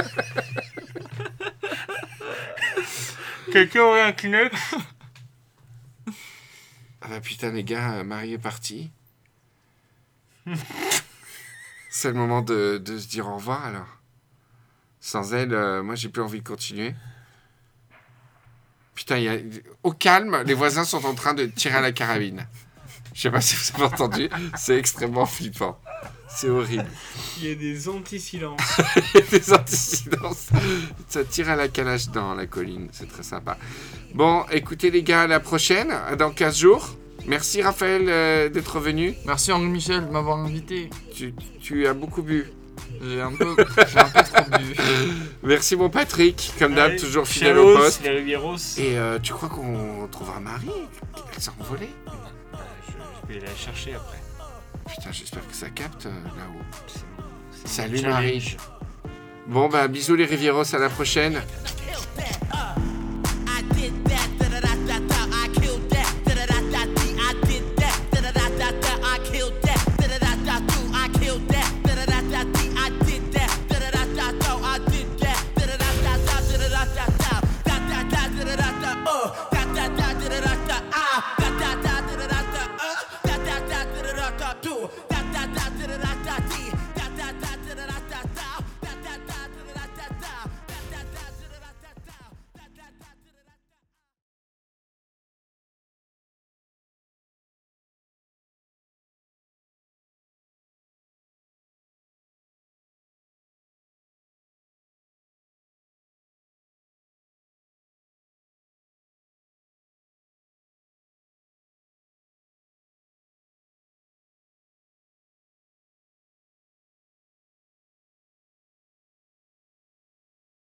Quelqu'un aurait un Kleenex? Ah bah putain les gars, Marie est partie. C'est le moment de se dire au revoir alors. Sans elle, moi j'ai plus envie de continuer. Putain, au calme, les voisins sont en train de tirer à la carabine. Je sais pas si vous avez entendu, c'est extrêmement flippant. C'est horrible. Il y a des anti-silences. Il y a des anti-silences. Ça tire à la calage dans la colline, c'est très sympa. Bon, écoutez les gars, à la prochaine, dans 15 jours. Merci Raphaël d'être venu. Merci Henri Michel de m'avoir invité. Tu as beaucoup bu. J'ai un peu trop bu. Merci mon Patrick, comme d'hab, Allez, toujours fidèle au Chaos, poste. les Rivieros. Et tu crois qu'on retrouvera Marie? Elle s'est envolée? Je vais la chercher après. Putain, j'espère que ça capte là-haut. C'est Salut challenge. Marie. Bon bah bisous les Rivieros, à la prochaine.